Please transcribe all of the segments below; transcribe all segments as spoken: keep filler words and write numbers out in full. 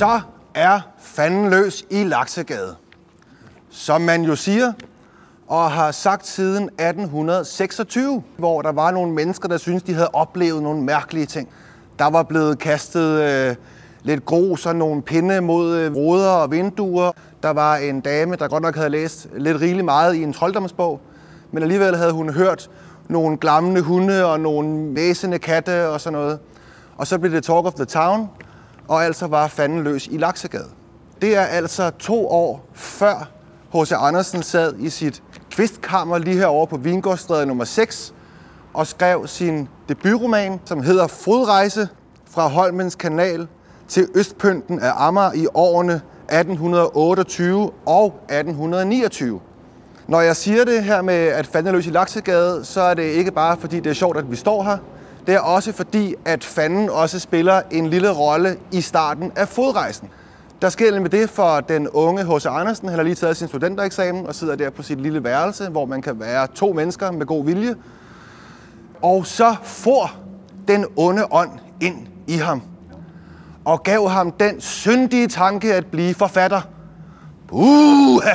Så er fanden løs i Laksegade. Som man jo siger, og har sagt siden atten seksogtyve, hvor der var nogle mennesker, der syntes, de havde oplevet nogle mærkelige ting. Der var blevet kastet øh, lidt grus og nogle pinde mod øh, ruder og vinduer. Der var en dame, der godt nok havde læst lidt rigeligt meget i en trolddomsbog, men alligevel havde hun hørt nogle glammende hunde og nogle væsende katte og sådan noget. Og så blev det talk of the town, og altså var fanden løs i Laksegade. Det er altså to år før H C Andersen sad i sit kvistkammer lige herovre på Vingårdstræde nummer seks og skrev sin debutroman, som hedder Fodrejse fra Holmens Kanal til Østpynten af Amager i årene atten otteogtyve og atten niogtyve. Når jeg siger det her med, at fanden er løs i Laksegade, så er det ikke bare fordi det er sjovt, at vi står her. Det er også fordi, at fanden også spiller en lille rolle i starten af Fodrejsen. Der sker nemlig det for den unge H C Andersen. Han har lige taget sin studentereksamen og sidder der på sit lille værelse, hvor man kan være to mennesker med god vilje. Og så får den onde ånd ind i ham og gav ham den syndige tanke at blive forfatter. Uha!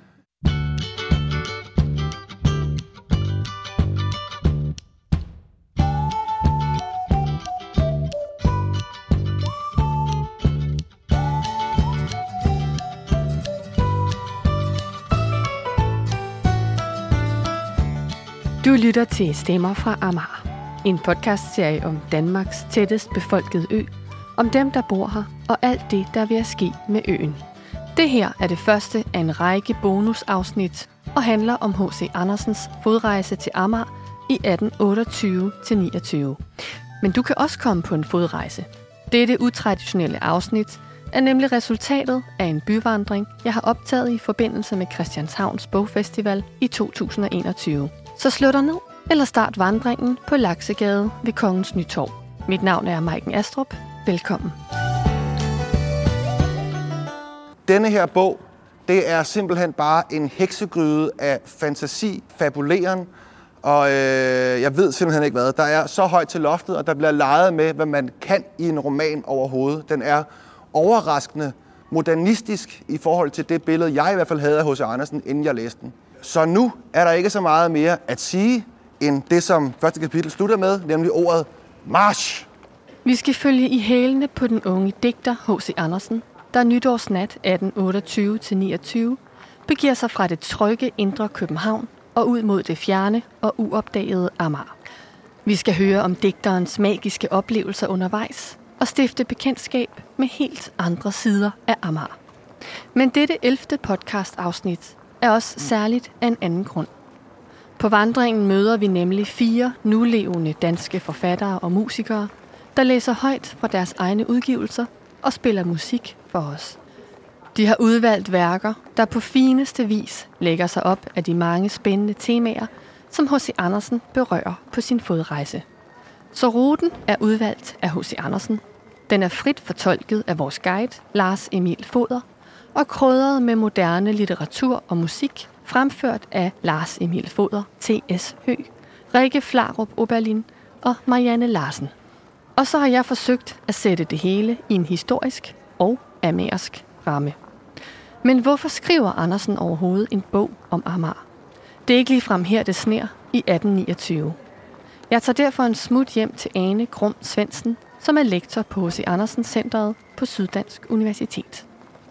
Du lytter til Stemmer fra Amager, en podcastserie om Danmarks tættest befolkede ø, om dem, der bor her, og alt det, der vil ske med øen. Det her er det første af en række bonusafsnit, og handler om H C Andersens fodrejse til Amager i atten otteogtyve til niogtyve. Men du kan også komme på en fodrejse. Dette utraditionelle afsnit er nemlig resultatet af en byvandring, jeg har optaget i forbindelse med Christianshavns Bogfestival i to tusind enogtyve. Så slå dig ned eller start vandringen på Laksegade ved Kongens Nytorv. Mit navn er Maiken Astrup. Velkommen. Denne her bog, det er simpelthen bare en heksegryde af fantasi, fabuleren, og øh, jeg ved simpelthen ikke hvad. Der er så højt til loftet, og der bliver leget med, hvad man kan i en roman overhovedet. Den er overraskende modernistisk i forhold til det billede, jeg i hvert fald havde af H C Andersen, inden jeg læste den. Så nu er der ikke så meget mere at sige, end det, som første kapitel slutter med, nemlig ordet march. Vi skal følge i hælene på den unge digter H C Andersen, der nytårsnat atten otteogtyve til niogtyve begiver sig fra det trygge indre København og ud mod det fjerne og uopdagede Amager. Vi skal høre om digterens magiske oplevelser undervejs og stifte bekendtskab med helt andre sider af Amager. Men dette ellevte podcast-afsnit er også særligt af en anden grund. På vandringen møder vi nemlig fire nulevende danske forfattere og musikere, der læser højt fra deres egne udgivelser og spiller musik for os. De har udvalgt værker, der på fineste vis lægger sig op af de mange spændende temaer, som H C Andersen berører på sin fodrejse. Så ruten er udvalgt af H C Andersen. Den er frit fortolket af vores guide, Lars Emil Foder, og krydret med moderne litteratur og musik, fremført af Lars Emil Foder, T S Høgh, Rikke Flarup Oberlin og Marianne Larsen. Og så har jeg forsøgt at sætte det hele i en historisk og amersk ramme. Men hvorfor skriver Andersen overhovedet en bog om Amager? Det er ikke ligefrem her, det sner i atten niogtyve. Jeg tager derfor en smut hjem til Ane Grum Svendsen, som er lektor på H C Andersen Centret på Syddansk Universitet.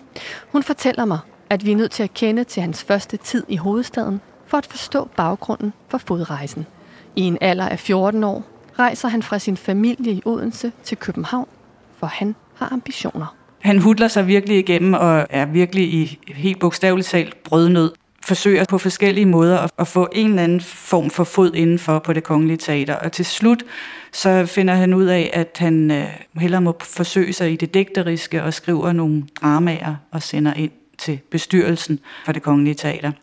Hun fortæller mig, at vi er nødt til at kende til hans første tid i hovedstaden for at forstå baggrunden for fodrejsen. I en alder af fjorten år rejser han fra sin familie i Odense til København, for han har ambitioner. Han hudler sig virkelig igennem og er virkelig i helt bogstaveligt talt brødnød. Forsøger på forskellige måder at få en eller anden form for fod indenfor på Det Kongelige Teater. Og til slut så finder han ud af, at han øh, hellere må forsøge sig i det digteriske og skriver nogle dramaer og sender ind til bestyrelsen for Det Kongelige Teater.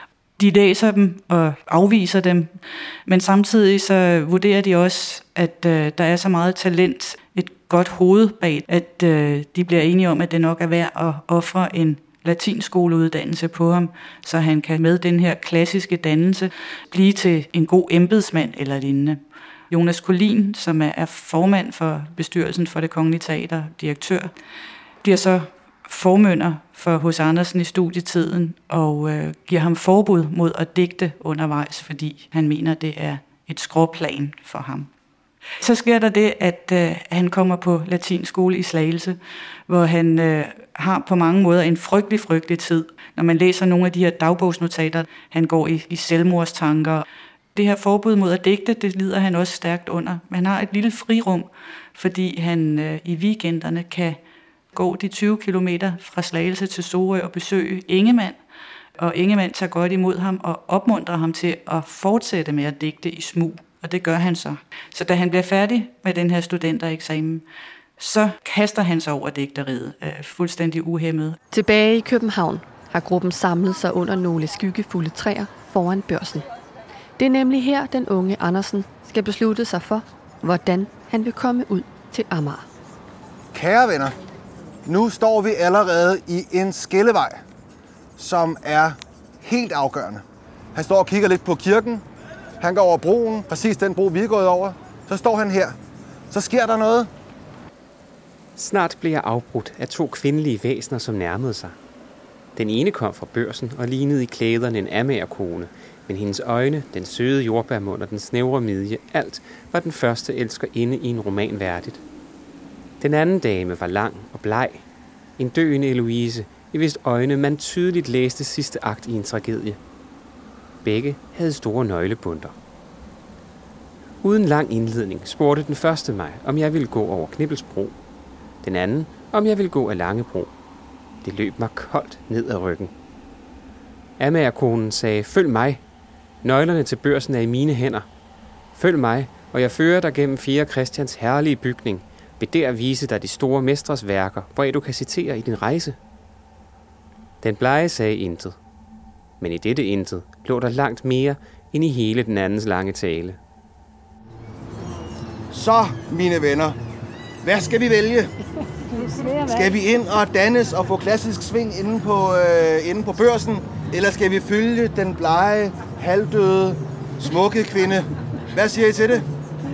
De læser dem og afviser dem, men samtidig så vurderer de også, at øh, der er så meget talent, et godt hoved bag, at øh, de bliver enige om, at det nok er værd at ofre en latinskoleuddannelse på ham, så han kan med den her klassiske dannelse blive til en god embedsmand eller lignende. Jonas Collin, som er formand for bestyrelsen for Det Kongelige Teater, direktør, bliver så formynder for H C Andersen i studietiden og øh, giver ham forbud mod at digte undervejs, fordi han mener, det er et skråplan for ham. Så sker der det, at øh, han kommer på latinskole i Slagelse, hvor han øh, har på mange måder en frygtelig, frygtelig tid. Når man læser nogle af de her dagbogsnotater, han går i, i selvmordstanker. Det her forbud mod at digte, det lider han også stærkt under. Men han har et lille frirum, fordi han øh, i weekenderne kan gå de tyve kilometer fra Slagelse til Sorø og besøge Ingemann. Og Ingemann tager godt imod ham og opmuntrer ham til at fortsætte med at digte i smug. Og det gør han så. Så da han bliver færdig med den her studentereksamen, så kaster han sig over digteriet øh, fuldstændig uhæmmet. Tilbage i København har gruppen samlet sig under nogle skyggefulde træer foran Børsen. Det er nemlig her, den unge Andersen skal beslutte sig for, hvordan han vil komme ud til Amager. Kære venner, nu står vi allerede i en skillevej, som er helt afgørende. Han står og kigger lidt på kirken. Han går over broen, præcis den bro, vi er gået over. Så står han her. Så sker der noget. Snart blev jeg afbrudt af to kvindelige væsener, som nærmede sig. Den ene kom fra Børsen og lignede i klæderne en amagerkone, men hendes øjne, den søde jordbærmund og den snævre midje, alt var den første elskerinde i en roman værdigt. Den anden dame var lang og bleg, en døende Eloise, i hvis øjne man tydeligt læste sidste akt i en tragedie. Begge havde store nøglebunter. Uden lang indledning spurgte den første mig, om jeg ville gå over Knibbelsbro. Den anden, om jeg ville gå af Langebro. Det løb mig koldt ned ad ryggen. Amagerkonen sagde, følg mig. Nøglerne til Børsen er i mine hænder. Følg mig, og jeg fører dig gennem fjerde Christians herlige bygning. Vil der vise dig de store mestres værker, hvor du kan citere i din rejse. Den blege sagde intet. Men i dette intet lå der langt mere end i hele den andens lange tale. Så, mine venner, hvad skal vi vælge? Skal vi ind og dannes og få klassisk sving inde på, øh, inde på Børsen? Eller skal vi følge den blege, halvdøde, smukke kvinde? Hvad siger I til det?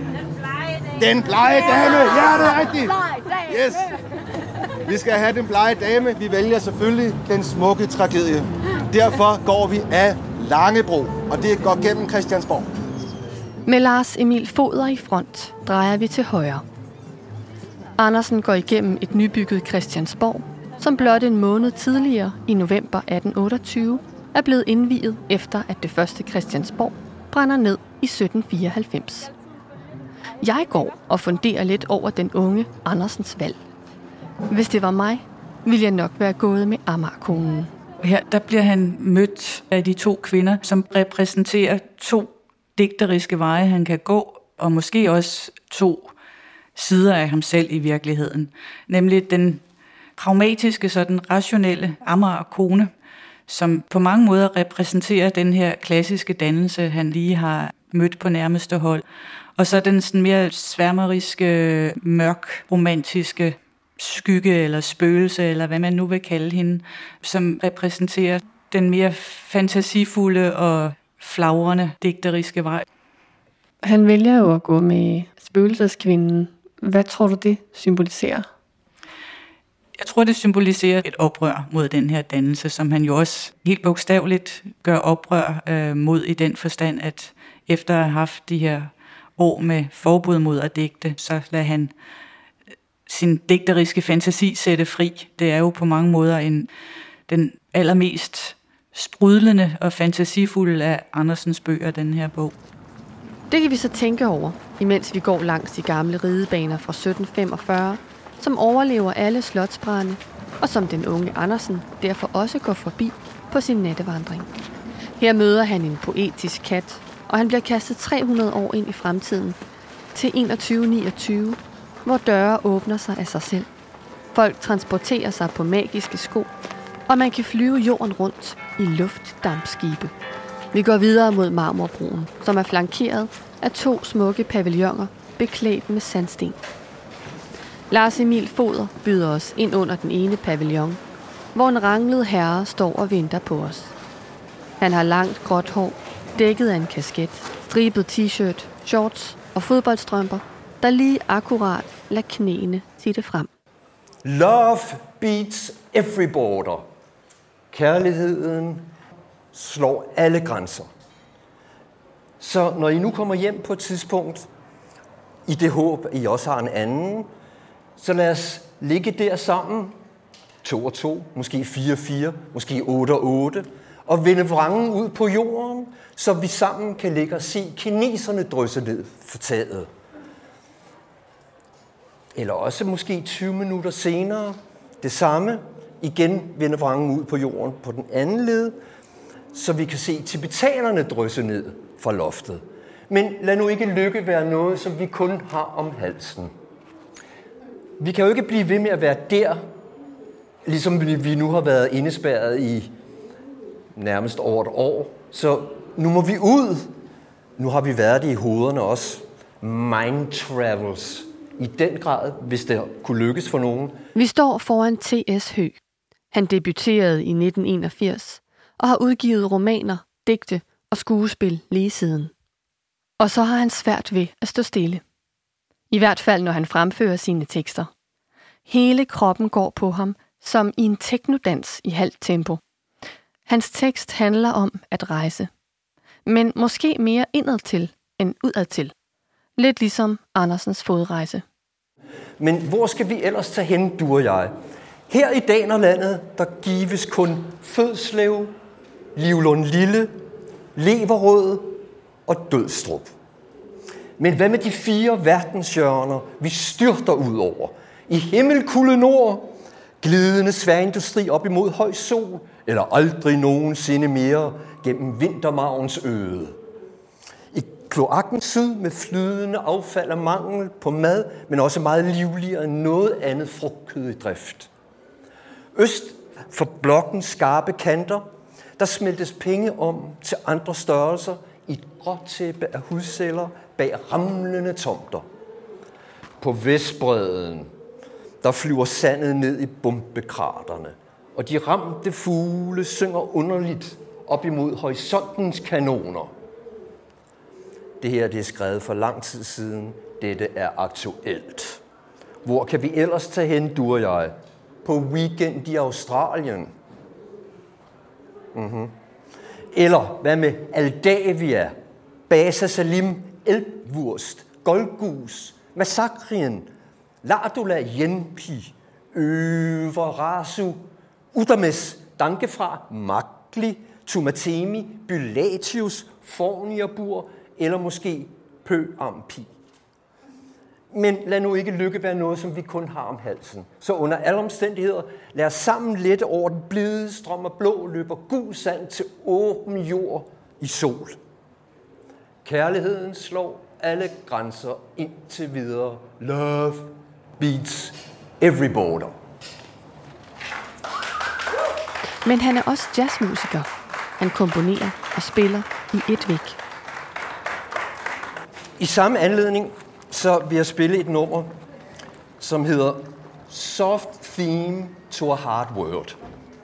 Den blege dame! Ja, det er rigtigt! Yes! Vi skal have den blege dame. Vi vælger selvfølgelig den smukke tragedie. Derfor går vi af Langebro, og det går gennem Christiansborg. Med Lars Emil Foder i front drejer vi til højre. Andersen går igennem et nybygget Christiansborg, som blot en måned tidligere i november atten otteogtyve er blevet indviet efter, at det første Christiansborg brænder ned i sytten fireoghalvfems. Jeg går og funderer lidt over den unge Andersens valg. Hvis det var mig, ville jeg nok være gået med Amagerkonen. Her der bliver han mødt af de to kvinder, som repræsenterer to digteriske veje, han kan gå, og måske også to sider af ham selv i virkeligheden. Nemlig den pragmatiske, sådan rationelle Amagerkone, som på mange måder repræsenterer den her klassiske dannelse, han lige har mødt på nærmeste hold. Og så den sådan mere sværmeriske, mørk, romantiske skygge eller spøgelse, eller hvad man nu vil kalde hende, som repræsenterer den mere fantasifulde og flagrende digteriske vej. Han vælger jo at gå med spøgelseskvinden. Hvad tror du, det symboliserer? Jeg tror, det symboliserer et oprør mod den her dannelse, som han jo også helt bogstaveligt gør oprør øh, mod i den forstand, at efter at have haft de her år med forbud mod at digte, så lader han sin digteriske fantasi sætte fri. Det er jo på mange måder en, den allermest sprudlende og fantasifulde af Andersens bøger, den her bog. Det kan vi så tænke over, imens vi går langs de gamle ridebaner fra sytten femogfyrre, som overlever alle slotsbrande, og som den unge Andersen derfor også går forbi på sin nattevandring. Her møder han en poetisk kat, og han bliver kastet tre hundrede år ind i fremtiden, til enogtyve niogtyve, hvor døre åbner sig af sig selv. Folk transporterer sig på magiske sko, og man kan flyve jorden rundt i luftdampskibe. Vi går videre mod Marmorbroen, som er flankeret af to smukke pavilloner, beklædt med sandsten. Lars Emil Foder byder os ind under den ene pavillon, hvor en ranglet herre står og venter på os. Han har langt gråt hår, dækket af en kasket, stribet t-shirt, shorts og fodboldstrømper, der lige akkurat lader knæene titte frem. Love beats every border. Kærligheden slår alle grænser. Så når I nu kommer hjem på et tidspunkt, i det håb, at I også har en anden, så lad os ligge der sammen, to og to, måske fire og fire, måske otte og otte, og vende vrangen ud på jorden, så vi sammen kan ligge og se kineserne drysse ned for taget. Eller også måske tyve minutter senere, det samme, igen vende vrangen ud på jorden på den anden led, så vi kan se tibetanerne drysse ned fra loftet. Men lad nu ikke lykke være noget, som vi kun har om halsen. Vi kan jo ikke blive ved med at være der, ligesom vi nu har været indespærret i nærmest over et år. Så nu må vi ud. Nu har vi været det i hovederne også. Mind travels. I den grad, hvis det kunne lykkes for nogen. Vi står foran T S Høeg. Han debuterede i nitten enogfirs og har udgivet romaner, digte og skuespil lige siden. Og så har han svært ved at stå stille. I hvert fald, når han fremfører sine tekster. Hele kroppen går på ham, som i en teknodans i halvt tempo. Hans tekst handler om at rejse. Men måske mere indadtil end udadtil. Lidt ligesom Andersens fodrejse. Men hvor skal vi ellers tage hen, du og jeg? Her i Danerlandet, der gives kun Fødslev, Livlund Lille, Leverød og Dødstrup. Men hvad med de fire verdenshjørner, vi styrter ud over? I himmelkulde nord, glidende sværindustri op imod høj sol, eller aldrig nogensinde mere gennem vintermagens øde. I kloakken syd med flydende affald og mangel på mad, men også meget livligere end noget andet frugtkød i drift. Øst for blokkens skarpe kanter, der smeltes penge om til andre størrelser i et gråt tæppe af hudceller bag ramlende tomter. På Vestbredden, der flyver sandet ned i bombekraterne, og de ramte fugle synger underligt op imod horisontens kanoner. Det her det er skrevet for lang tid siden. Dette er aktuelt. Hvor kan vi ellers tage hen, du og jeg? På weekend i Australien. Mm-hmm. Eller hvad med Aldavia, Basa Salim, Elbwurst, Golgus, Massakrien, Lardula Jenpi, Øverasu, Udames, Dankefra, Magli, Tumatemi, Bylatius, Fornierbur eller måske Pø Ampi. Men lad nu ikke lykke være noget, som vi kun har om halsen. Så under alle omstændigheder, lad os sammen lette over den blide strøm af blå løber gul sand til åben jord i sol. Kærligheden slår alle grænser indtil videre. Love beats every border. Men han er også jazzmusiker. Han komponerer og spiller i et væk. I samme anledning så vil jeg spille et nummer, som hedder Soft Theme to a Hard World.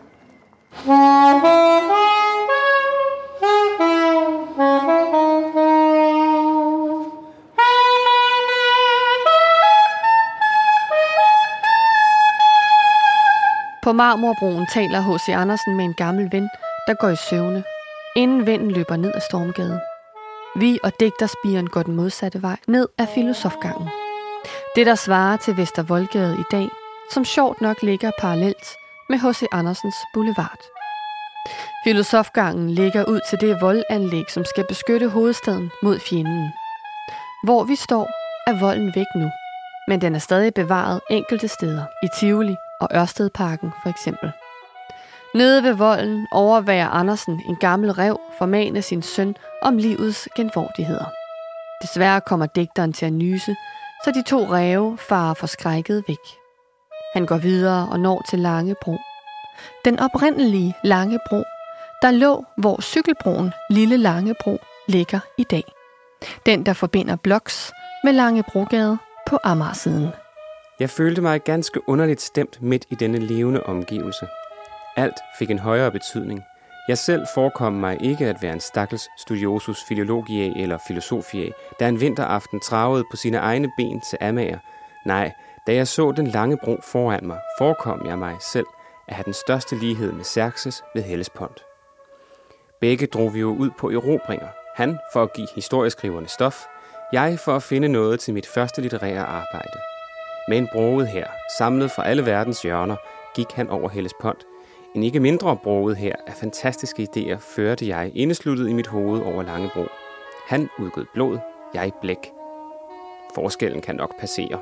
På Marmorbroen taler H C Andersen med en gammel ven, der går i søvne, inden vennen løber ned ad Stormgade. Vi og digterspiren går den modsatte vej, ned ad Filosofgangen. Det, der svarer til Vestervoldgade i dag, som sjovt nok ligger parallelt med H C Andersens Boulevard. Filosofgangen ligger ud til det voldanlæg, som skal beskytte hovedstaden mod fjenden. Hvor vi står, er volden væk nu, men den er stadig bevaret enkelte steder, i Tivoli og Ørstedparken for eksempel. Nede ved volden overværer Andersen en gammel ræv formane sin søn om livets genvordigheder. Desværre kommer digteren til at nyse, så de to ræve farer forskrækket væk. Han går videre og når til Langebro. Den oprindelige Langebro, der lå, hvor cykelbroen Lille Langebro ligger i dag. Den, der forbinder Bloks med Langebrogade på Amagersiden. Jeg følte mig ganske underligt stemt midt i denne levende omgivelse. Alt fik en højere betydning. Jeg selv forekom mig ikke at være en stakkels studiosus filologiae eller filosofiae, der en vinteraften travede på sine egne ben til Amager, Nej, da jeg så den lange bro foran mig, forekom jeg mig selv at have den største lighed med Xerxes ved Hellespont. Begge drog vi jo ud på erobringer. Han for at give historieskriverne stof, jeg for at finde noget til mit første litterære arbejde. Med en broget her, samlet fra alle verdens hjørner, gik han over Hellespont. En ikke mindre broget her af fantastiske idéer førte jeg indesluttet i mit hoved over Langebro. Han udgød blod, jeg blæk. Forskellen kan nok passere.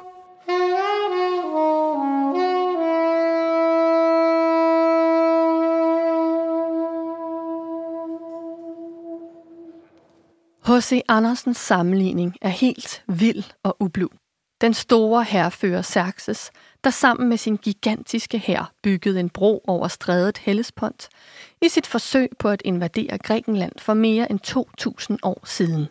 H C. Andersens sammenligning er helt vild og ublu. Den store hærfører Xerxes, der sammen med sin gigantiske hær byggede en bro over strædet Hellespont i sit forsøg på at invadere Grækenland for mere end to tusind år siden.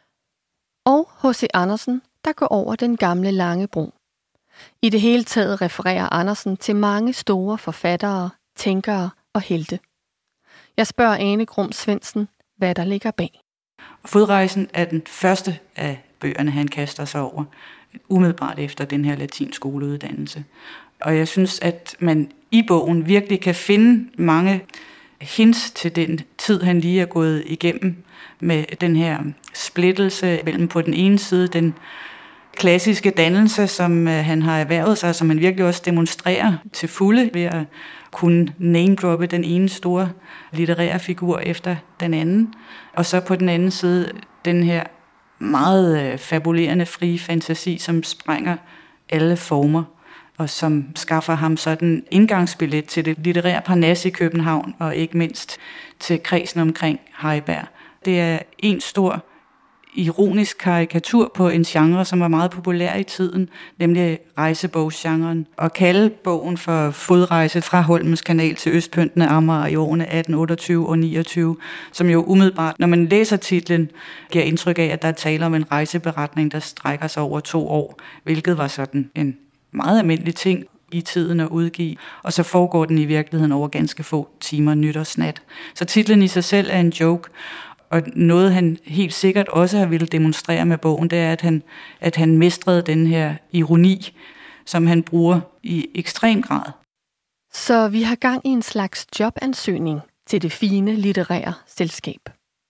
Og H C. Andersen, der går over den gamle lange bro. I det hele taget refererer Andersen til mange store forfattere, tænkere og helte. Jeg spørger Ane Grum Svendsen, hvad der ligger bag. Fodrejsen er den første af bøgerne, han kaster sig over, umiddelbart efter den her latinskoleuddannelse. Og jeg synes, at man i bogen virkelig kan finde mange hints til den tid, han lige er gået igennem med den her splittelse mellem på den ene side den klassiske dannelse, som han har erhvervet sig, som han virkelig også demonstrerer til fulde ved at kunne name-droppe den ene store litterære figur efter den anden. Og så på den anden side den her meget fabulerende frie fantasi, som sprænger alle former, og som skaffer ham sådan indgangsbillet til det litterære parnas i København, og ikke mindst til kredsen omkring Heiberg. Det er en stor ironisk karikatur på en genre, som var meget populær i tiden, nemlig rejsebogsgenren. Og kalde bogen for Fodrejse fra Holmens Kanal til Østpynten af Amager i årene atten otteogtyve og niogtyve, som jo umiddelbart, når man læser titlen, giver indtryk af, at der er tale om en rejseberetning, der strækker sig over to år, hvilket var sådan en meget almindelig ting i tiden at udgive, og så foregår den i virkeligheden over ganske få timer nytårsnat. Så titlen i sig selv er en joke, og noget han helt sikkert også har ville demonstrere med bogen, det er, at han, at han mestrede den her ironi, som han bruger i ekstrem grad. Så vi har gang i en slags jobansøgning til det fine litterære selskab.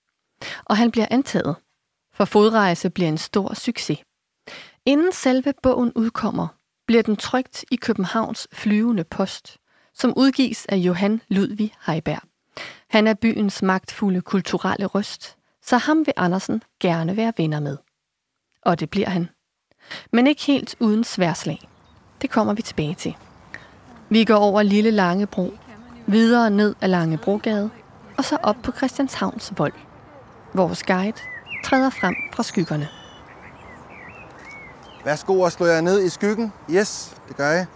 Og han bliver antaget, for Fodrejse bliver en stor succes. Inden selve bogen udkommer, bliver den trykt i Københavns Flyvende Post, som udgives af Johan Ludvig Heiberg. Han er byens magtfulde kulturelle røst, så ham vil Andersen gerne være venner med. Og det bliver han. Men ikke helt uden sværslag. Det kommer vi tilbage til. Vi går over Lille Lange Bro, videre ned ad Lange Brogade, og så op på Christianshavns Vold. Vores guide træder frem fra skyggerne. Værsgo og slå jer ned i skyggen. Yes, det gør jeg.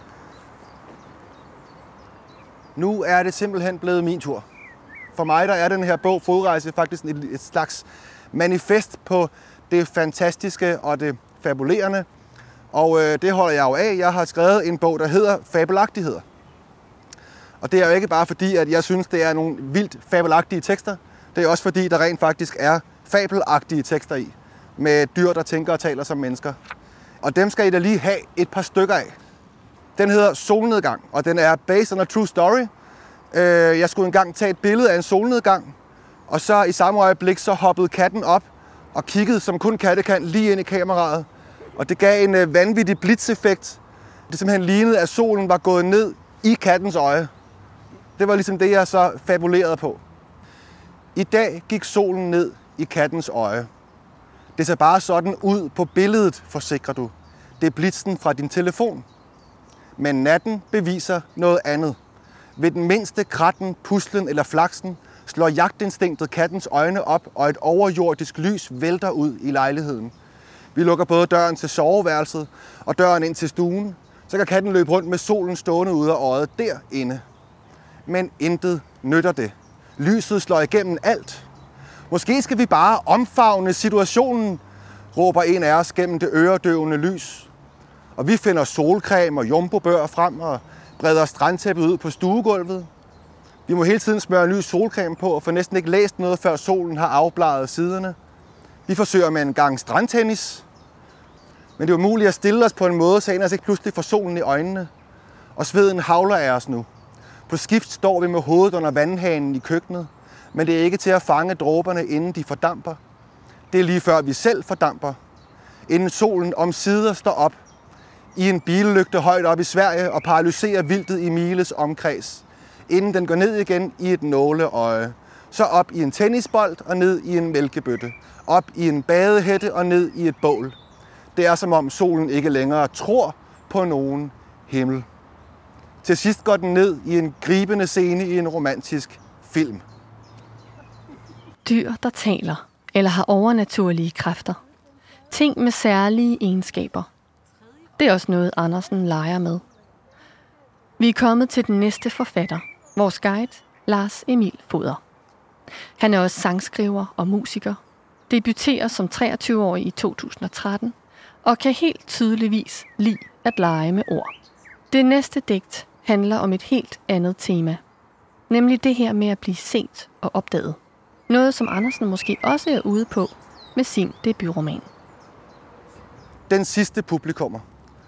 Nu er det simpelthen blevet min tur. For mig der er den her bog, Fodrejse, faktisk et, et slags manifest på det fantastiske og det fabulerende. Og øh, det holder jeg jo af. Jeg har skrevet en bog, der hedder Fabelagtigheder. Og det er jo ikke bare fordi, at jeg synes, det er nogle vildt fabelagtige tekster. Det er også fordi, der rent faktisk er fabelagtige tekster i. Med dyr, der tænker og taler som mennesker. Og dem skal I da lige have et par stykker af. Den hedder Solnedgang, og den er based on a true story. Jeg skulle engang tage et billede af en solnedgang, og så i samme øjeblik så hoppede katten op og kiggede, som kun katte kan, lige ind i kameraet. Og det gav en vanvittig blitzeffekt. Det simpelthen lignede, at solen var gået ned i kattens øje. Det var ligesom det, jeg så fabulerede på. I dag gik solen ned i kattens øje. Det ser bare sådan ud på billedet, forsikrer du. Det er blitzen fra din telefon. Men natten beviser noget andet. Ved den mindste kratten, puslen eller flaksen slår jagtinstinktet kattens øjne op, og et overjordisk lys vælter ud i lejligheden. Vi lukker både døren til soveværelset og døren ind til stuen. Så kan katten løbe rundt med solen stående ude af øjet derinde. Men intet nytter det. Lyset slår igennem alt. Måske skal vi bare omfavne situationen, råber en af os gennem det øredøvende lys. Og vi finder solcreme og jumbobør frem og breder strandtæppet ud på stuegulvet. Vi må hele tiden smøre ny solcreme på og får næsten ikke læst noget, før solen har afbladet siderne. Vi forsøger med en gang strandtennis. Men det er umuligt at stille os på en måde, så ellers ikke pludselig får solen i øjnene. Og sveden havler af os nu. På skift står vi med hovedet under vandhanen i køkkenet, men det er ikke til at fange dråberne, inden de fordamper. Det er lige før vi selv fordamper. Inden solen omsider står op i en billygte højt op i Sverige og paralyserer vildtet i miles omkreds. Inden den går ned igen i et nåleøje. Så op i en tennisbold og ned i en mælkebøtte. Op i en badehætte og ned i et bål. Det er som om solen ikke længere tror på nogen himmel. Til sidst går den ned i en gribende scene i en romantisk film. Dyr, der taler eller har overnaturlige kræfter. Ting med særlige egenskaber. Det er også noget, Andersen leger med. Vi er kommet til den næste forfatter, vores guide, Lars Emil Foder. Han er også sangskriver og musiker, debuterer som treogtyve-årig i to tusind og tretten og kan helt tydeligvis lide at lege med ord. Det næste digt handler om et helt andet tema, nemlig det her med at blive set og opdaget. Noget, som Andersen måske også er ude på med sin debutroman. Den sidste publikummer.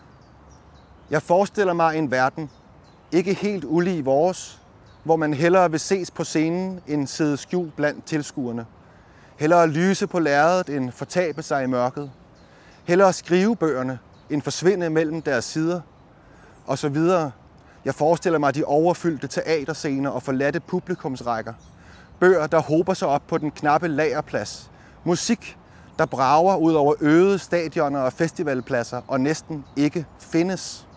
Jeg forestiller mig en verden, ikke helt ulig vores, hvor man hellere vil ses på scenen, end sidde skjult blandt tilskuerne. Hellere lyse på lærredet, end fortabe sig i mørket. Hellere skrive bøgerne, end forsvinde mellem deres sider. Og så videre. Jeg forestiller mig de overfyldte teaterscener og forladte publikumsrækker. Bøger, der hober sig op på den knappe lagerplads. Musik, der brager ud over øde stadioner og festivalpladser og næsten ikke findes.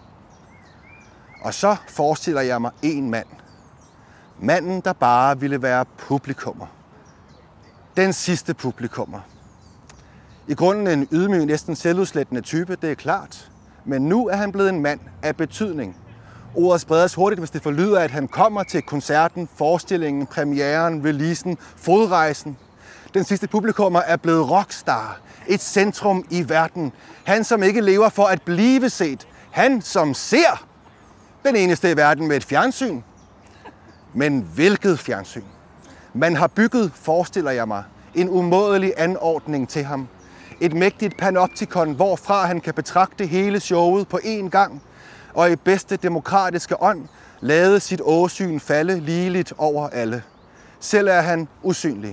Og så forestiller jeg mig en mand. Manden, der bare ville være publikummer. Den sidste publikummer. I grunden en ydmyg, næsten selvudslættende type, det er klart. Men nu er han blevet en mand af betydning. Ordet spredes hurtigt, hvis det forlyder, at han kommer til koncerten, forestillingen, premieren, releasen, fodrejsen. Den sidste publikummer er blevet rockstar. Et centrum i verden. Han, som ikke lever for at blive set. Han, som ser. Den eneste i verden med et fjernsyn. Men hvilket fjernsyn? Man har bygget, forestiller jeg mig, en umådelig anordning til ham. Et mægtigt panoptikon, hvorfra han kan betragte hele showet på én gang, og i bedste demokratiske ånd lade sit åsyn falde ligeligt over alle. Selv er han usynlig.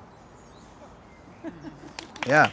Ja.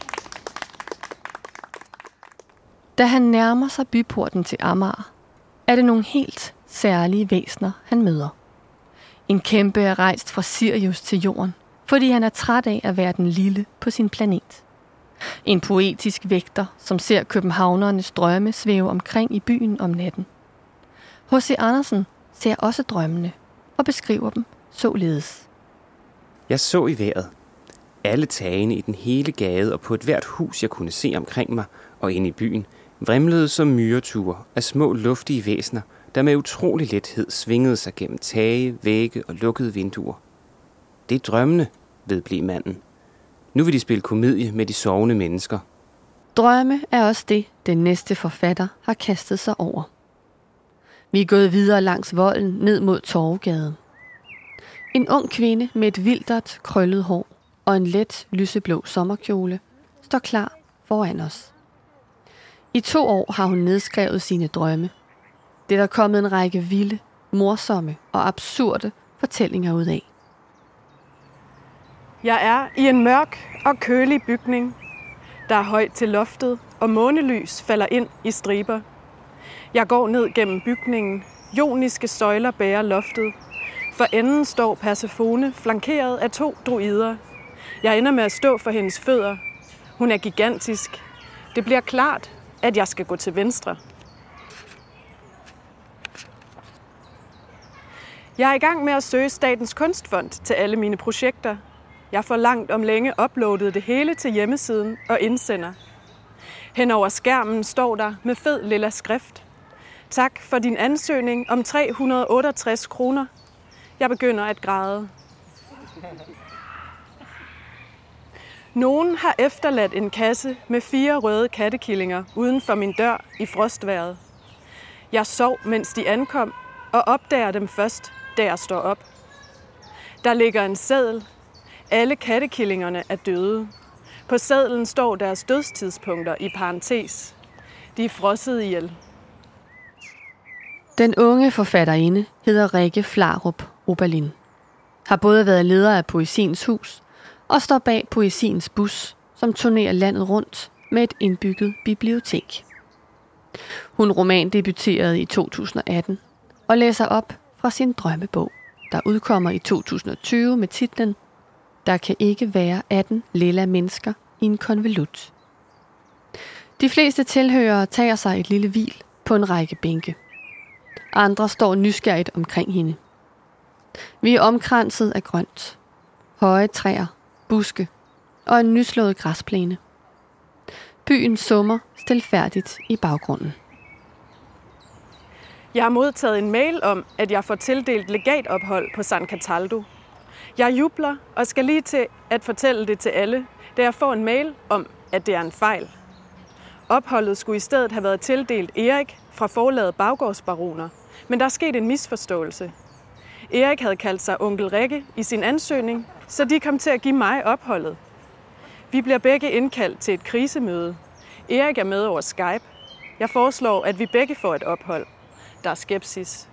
Da han nærmer sig byporten til Amager, er det nogle helt særlige væsener, han møder. En kæmpe er rejst fra Sirius til jorden, fordi han er træt af at være den lille på sin planet. En poetisk vægter, som ser københavnernes drømme svæve omkring i byen om natten. H C Andersen ser også drømmene og beskriver dem således. Jeg så i vejret. Alle tagene i den hele gade og på et hvert hus, jeg kunne se omkring mig og inde i byen, vrimlede som myreture af små luftige væsener, der med utrolig lethed svingede sig gennem tage, vægge og lukkede vinduer. Det er drømmene, vedblev manden. Nu vil de spille komedie med de sovende mennesker. Drømme er også det, den næste forfatter har kastet sig over. Vi er gået videre langs volden ned mod Torvegade. En ung kvinde med et vildert krøllet hår og en let lyseblå sommerkjole står klar foran os. I to år har hun nedskrevet sine drømme. Det er der kommet en række vilde, morsomme og absurde fortællinger ud af. Jeg er i en mørk og kølig bygning. Der er højt til loftet, og månelys falder ind i striber. Jeg går ned gennem bygningen. Joniske søjler bærer loftet. For enden står Persefone, flankeret af to druider. Jeg ender med at stå for hendes fødder. Hun er gigantisk. Det bliver klart, at jeg skal gå til venstre. Jeg er i gang med at søge Statens Kunstfond til alle mine projekter. Jeg får langt om længe uploadet det hele til hjemmesiden og indsender. Hen over skærmen står der med fed lilla skrift. Tak for din ansøgning om tre hundrede og otteogtres kroner. Jeg begynder at græde. Nogen har efterladt en kasse med fire røde kattekillinger uden for min dør i frostvejret. Jeg sov, mens de ankom, og opdager dem først, da jeg står op. Der ligger en seddel. Alle kattekillingerne er døde. På sedlen står deres dødstidspunkter i parentes. De er frosset ihjel. Den unge forfatterinde hedder Rikke Flarup Oberlin. Har både været leder af Poesiens Hus og står bag Poesiens Bus, som turnerer landet rundt med et indbygget bibliotek. Hun romandebuterede i to tusind og atten og læser op fra sin drømmebog, der udkommer i to tusind og tyve med titlen Der kan ikke være atten lilla mennesker i en konvolut. De fleste tilhørere tager sig et lille hvil på en række bænke. Andre står nysgerrigt omkring hende. Vi er omkranset af grønt, høje træer, buske og en nyslået græsplæne. Byen summer stilfærdigt i baggrunden. Jeg har modtaget en mail om, at jeg får tildelt legatophold på San Cataldo. Jeg jubler og skal lige til at fortælle det til alle, da jeg får en mail om, at det er en fejl. Opholdet skulle i stedet have været tildelt Erik fra forlaget Baggårdsbaroner, men der er sket en misforståelse. Erik havde kaldt sig onkel Rikke i sin ansøgning, så de kom til at give mig opholdet. Vi bliver begge indkaldt til et krisemøde. Erik er med over Skype. Jeg foreslår, at vi begge får et ophold. Der er skepsis.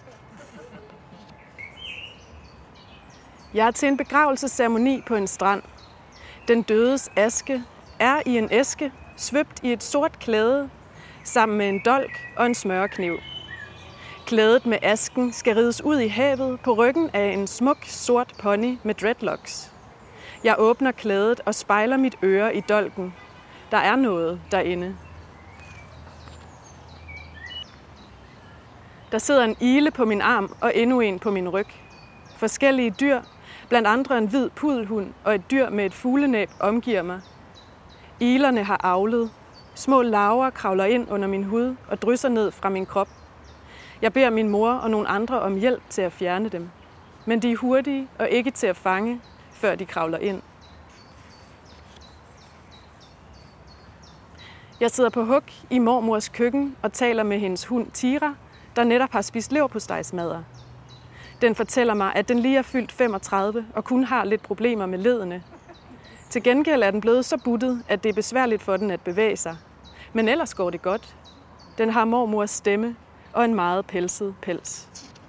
Jeg er til en begravelsesceremoni på en strand. Den dødes aske er i en æske, svøbt i et sort klæde, sammen med en dolk og en smørekniv. Klædet med asken skal rides ud i havet på ryggen af en smuk sort pony med dreadlocks. Jeg åbner klædet og spejler mit øre i dolken. Der er noget derinde. Der sidder en ile på min arm og endnu en på min ryg. Forskellige dyr, blandt andre en hvid pudelhund og et dyr med et fuglenæb omgiver mig. Ilerne har avlet. Små larver kravler ind under min hud og drysser ned fra min krop. Jeg beder min mor og nogle andre om hjælp til at fjerne dem. Men de er hurtige og ikke til at fange, før de kravler ind. Jeg sidder på hug i mormors køkken og taler med hendes hund Tira, der netop har spist leverpostejsmadder. Den fortæller mig, at den lige er fyldt femogtredive og kun har lidt problemer med leddene. Til gengæld er den blevet så buttet, at det er besværligt for den at bevæge sig. Men ellers går det godt. Den har mormors stemme og en meget pelset pels.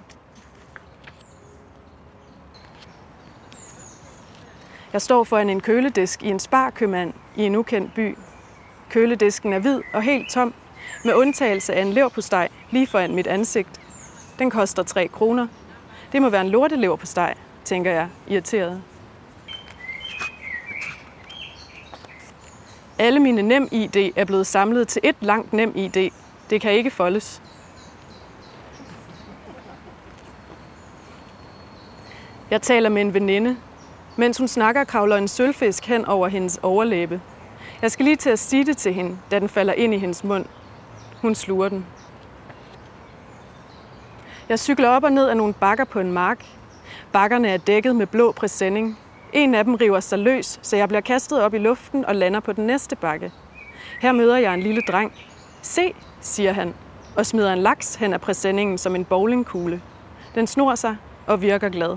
Jeg står foran en køledisk i en sparkøbmand i en ukendt by. Køledisken er hvid og helt tom, med undtagelse af en leverpostej lige foran mit ansigt. Den koster tre kroner. Det må være en lorteleverpostej, tænker jeg, irriteret. Alle mine Nem-I D er blevet samlet til et langt Nem-I D. Det kan ikke foldes. Jeg taler med en veninde. Mens hun snakker, kravler en sølvfisk hen over hendes overlæbe. Jeg skal lige til at sige det til hende, da den falder ind i hendes mund. Hun sluger den. Jeg cykler op og ned af nogle bakker på en mark. Bakkerne er dækket med blå præsending. En af dem river sig løs, så jeg bliver kastet op i luften og lander på den næste bakke. Her møder jeg en lille dreng. Se, siger han, og smider en laks hen af præsendingen som en bowlingkugle. Den snor sig og virker glad.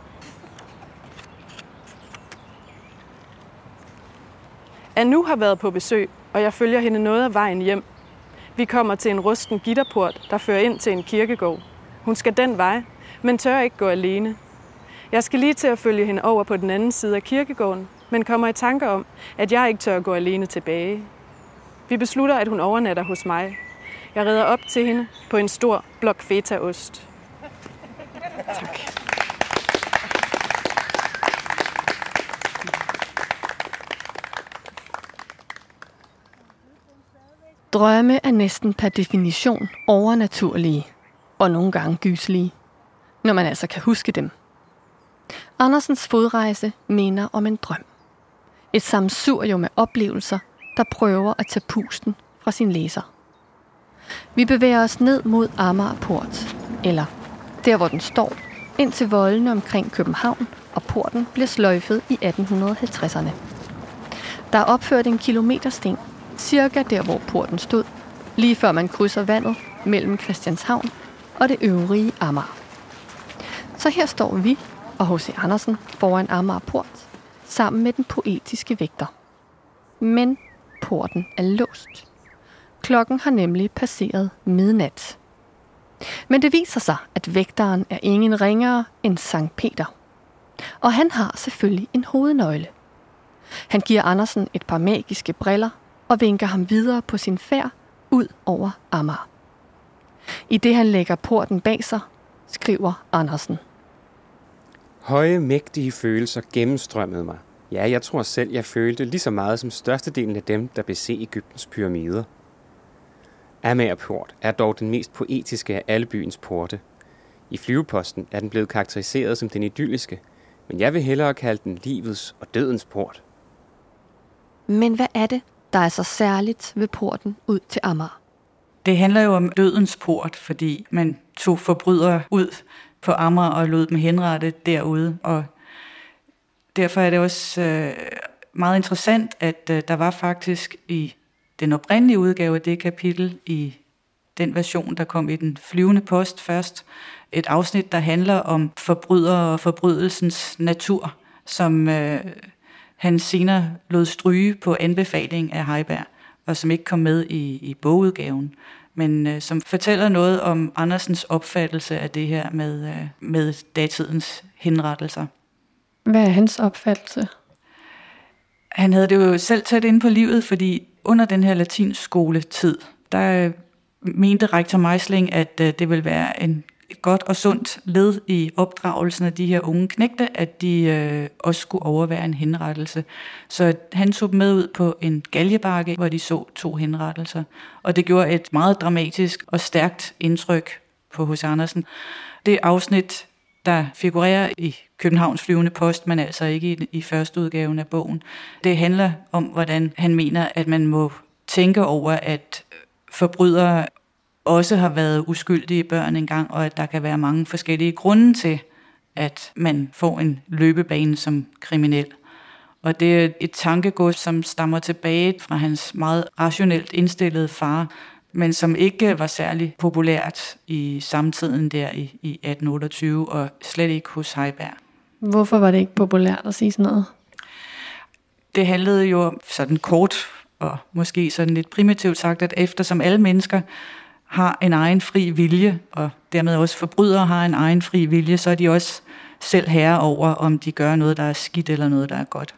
Anu har været på besøg, og jeg følger hende noget af vejen hjem. Vi kommer til en rusten gitterport, der fører ind til en kirkegård. Hun skal den vej, men tør ikke gå alene. Jeg skal lige til at følge hende over på den anden side af kirkegården, men kommer i tanker om, at jeg ikke tør gå alene tilbage. Vi beslutter, at hun overnatter hos mig. Jeg redder op til hende på en stor blok fetaost. Tak. Drømme er næsten per definition overnaturlige, og nogle gange gyselige, når man altså kan huske dem. Andersens fodrejse minder om en drøm. Et sammensurium af oplevelser, der prøver at tage pusten fra sin læser. Vi bevæger os ned mod Amager Port, eller der hvor den står, ind til voldene omkring København, og porten bliver sløjfet i atten halvtredserne. Der er opført en kilometersten, cirka der hvor porten stod, lige før man krydser vandet mellem Christianshavn og det øvrige Amager. Så her står vi og H C Andersen foran Amager Port, sammen med den poetiske vægter. Men porten er låst. Klokken har nemlig passeret midnat. Men det viser sig, at vægteren er ingen ringere end Sankt Peter. Og han har selvfølgelig en hovednøgle. Han giver Andersen et par magiske briller og vinker ham videre på sin færd ud over Amager. I det han lægger porten bag sig, skriver Andersen. Høje, mægtige følelser gennemstrømmede mig. Ja, jeg tror selv, jeg følte lige så meget som størstedelen af dem, der beser Egyptens pyramider. Amagerport er dog den mest poetiske af alle byens porte. I flyveposten er den blevet karakteriseret som den idylliske, men jeg vil hellere kalde den livets og dødens port. Men hvad er det, der er så særligt ved porten ud til Amager? Det handler jo om dødens port, fordi man tog forbrydere ud på Amager og lod dem henrette derude. Og derfor er det også øh, meget interessant, at øh, der var faktisk i den oprindelige udgave af det kapitel, i den version, der kom i den flyvende post først, et afsnit, der handler om forbrydere og forbrydelsens natur, som øh, han senere lod stryge på anbefaling af Heiberg, og som ikke kom med i, i bogudgaven, men øh, som fortæller noget om Andersens opfattelse af det her med, øh, med datidens henrettelser. Hvad er hans opfattelse? Han havde det jo selv tæt inde på livet, fordi under den her latinskoletid, der mente rektor Meisling, at det ville være en et godt og sundt led i opdragelsen af de her unge knægte, at de øh, også skulle overvære en henrettelse. Så han tog dem med ud på en galgebakke, hvor de så to henrettelser. Og det gjorde et meget dramatisk og stærkt indtryk på H C Andersen. Det afsnit, der figurerer i Københavns Flyvende Post, men altså ikke i, i første udgaven af bogen, det handler om, hvordan han mener, at man må tænke over, at forbrydere også har været uskyldige børn engang, og at der kan være mange forskellige grunde til, at man får en løbebane som kriminel. Og det er et tankegods, som stammer tilbage fra hans meget rationelt indstillede far, men som ikke var særlig populært i samtiden der i, i atten otteogtyve, og slet ikke hos Heiberg. Hvorfor var det ikke populært at sige sådan noget? Det handlede jo sådan kort, og måske sådan lidt primitivt sagt, at eftersom alle mennesker har en egen fri vilje, og dermed også forbrydere har en egen fri vilje, så er de også selv herre over, om de gør noget, der er skidt, eller noget, der er godt.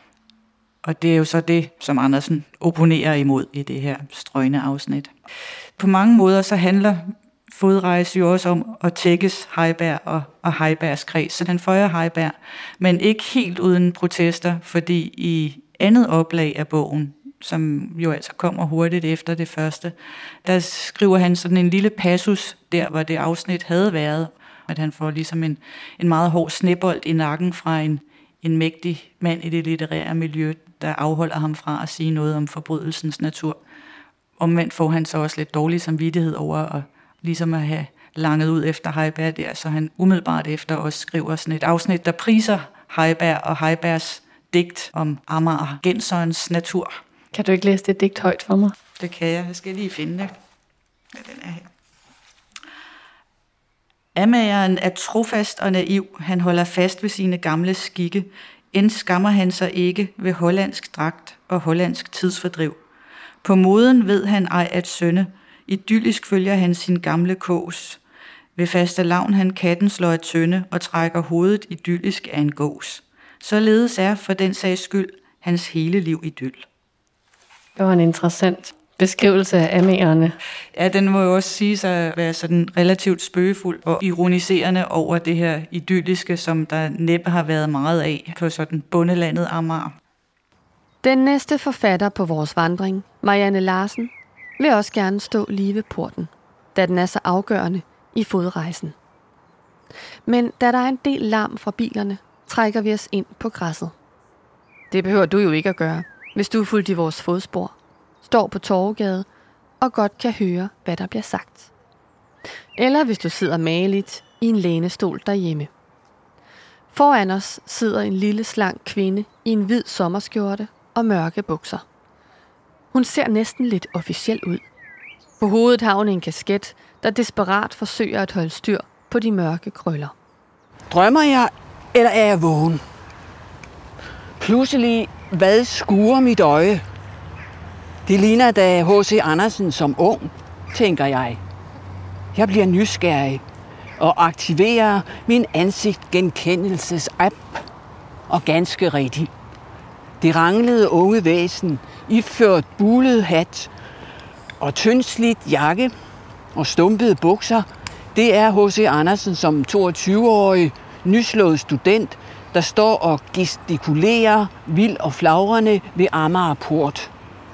Og det er jo så det, som Andersen opponerer imod i det her strøgne afsnit. På mange måder så handler Fodrejse jo også om at tækkes Heiberg og, og Heibergs kreds, så den føjer Heiberg, men ikke helt uden protester, fordi i andet oplag af bogen, som jo altså kommer hurtigt efter det første, der skriver han sådan en lille passus der, hvor det afsnit havde været, at han får ligesom en, en meget hård snebold i nakken fra en, en mægtig mand i det litterære miljø, der afholder ham fra at sige noget om forbrydelsens natur. Omvendt får han så også lidt dårlig samvittighed over at, ligesom at have langet ud efter Heiberg der, så han umiddelbart efter også skriver sådan et afsnit, der priser Heiberg og Heibergs digt om Amagergenserens natur. Kan du ikke læse det digt højt for mig? Det kan jeg. Jeg skal lige finde det. Ja, den er her. Amageren er trofast og naiv. Han holder fast ved sine gamle skikke. End skammer han sig ikke ved hollandsk dragt og hollandsk tidsfordriv. På moden ved han ej at synde. Idyllisk følger han sin gamle kås. Ved fastelavn han katten slår et tønde og trækker hovedet idyllisk af en gås. Således er for den sags skyld hans hele liv idyll. Det var en interessant beskrivelse af amagerne. Ja, den må jo også sige at være sådan relativt spøgefuld og ironiserende over det her idylliske, som der næppe har været meget af på sådan bundelandet Amager. Den næste forfatter på vores vandring, Marianne Larsen, vil også gerne stå lige ved porten, da den er så afgørende i fodrejsen. Men da der er en del larm fra bilerne, trækker vi os ind på græsset. Det behøver du jo ikke at gøre, hvis du er fulgt i vores fodspor, står på Torvegade og godt kan høre, hvad der bliver sagt. Eller hvis du sidder mageligt i en lænestol derhjemme. Foran os sidder en lille slank kvinde i en hvid sommerskjorte og mørke bukser. Hun ser næsten lidt officiel ud. På hovedet har hun en kasket, der desperat forsøger at holde styr på de mørke krøller. Drømmer jeg, eller er jeg vågen? Pludselig, hvad skuer mit øje? Det ligner da H C Andersen som ung, tænker jeg. Jeg bliver nysgerrig og aktiverer min ansigtgenkendelses-app. Og ganske rigtigt. Det ranglede unge væsen, iført bulet hat og tyndslidt jakke og stumpede bukser, det er H C Andersen som toogtyve-årig, nyslået student, der står og gestikulerer vild og flagrende ved Amager Port.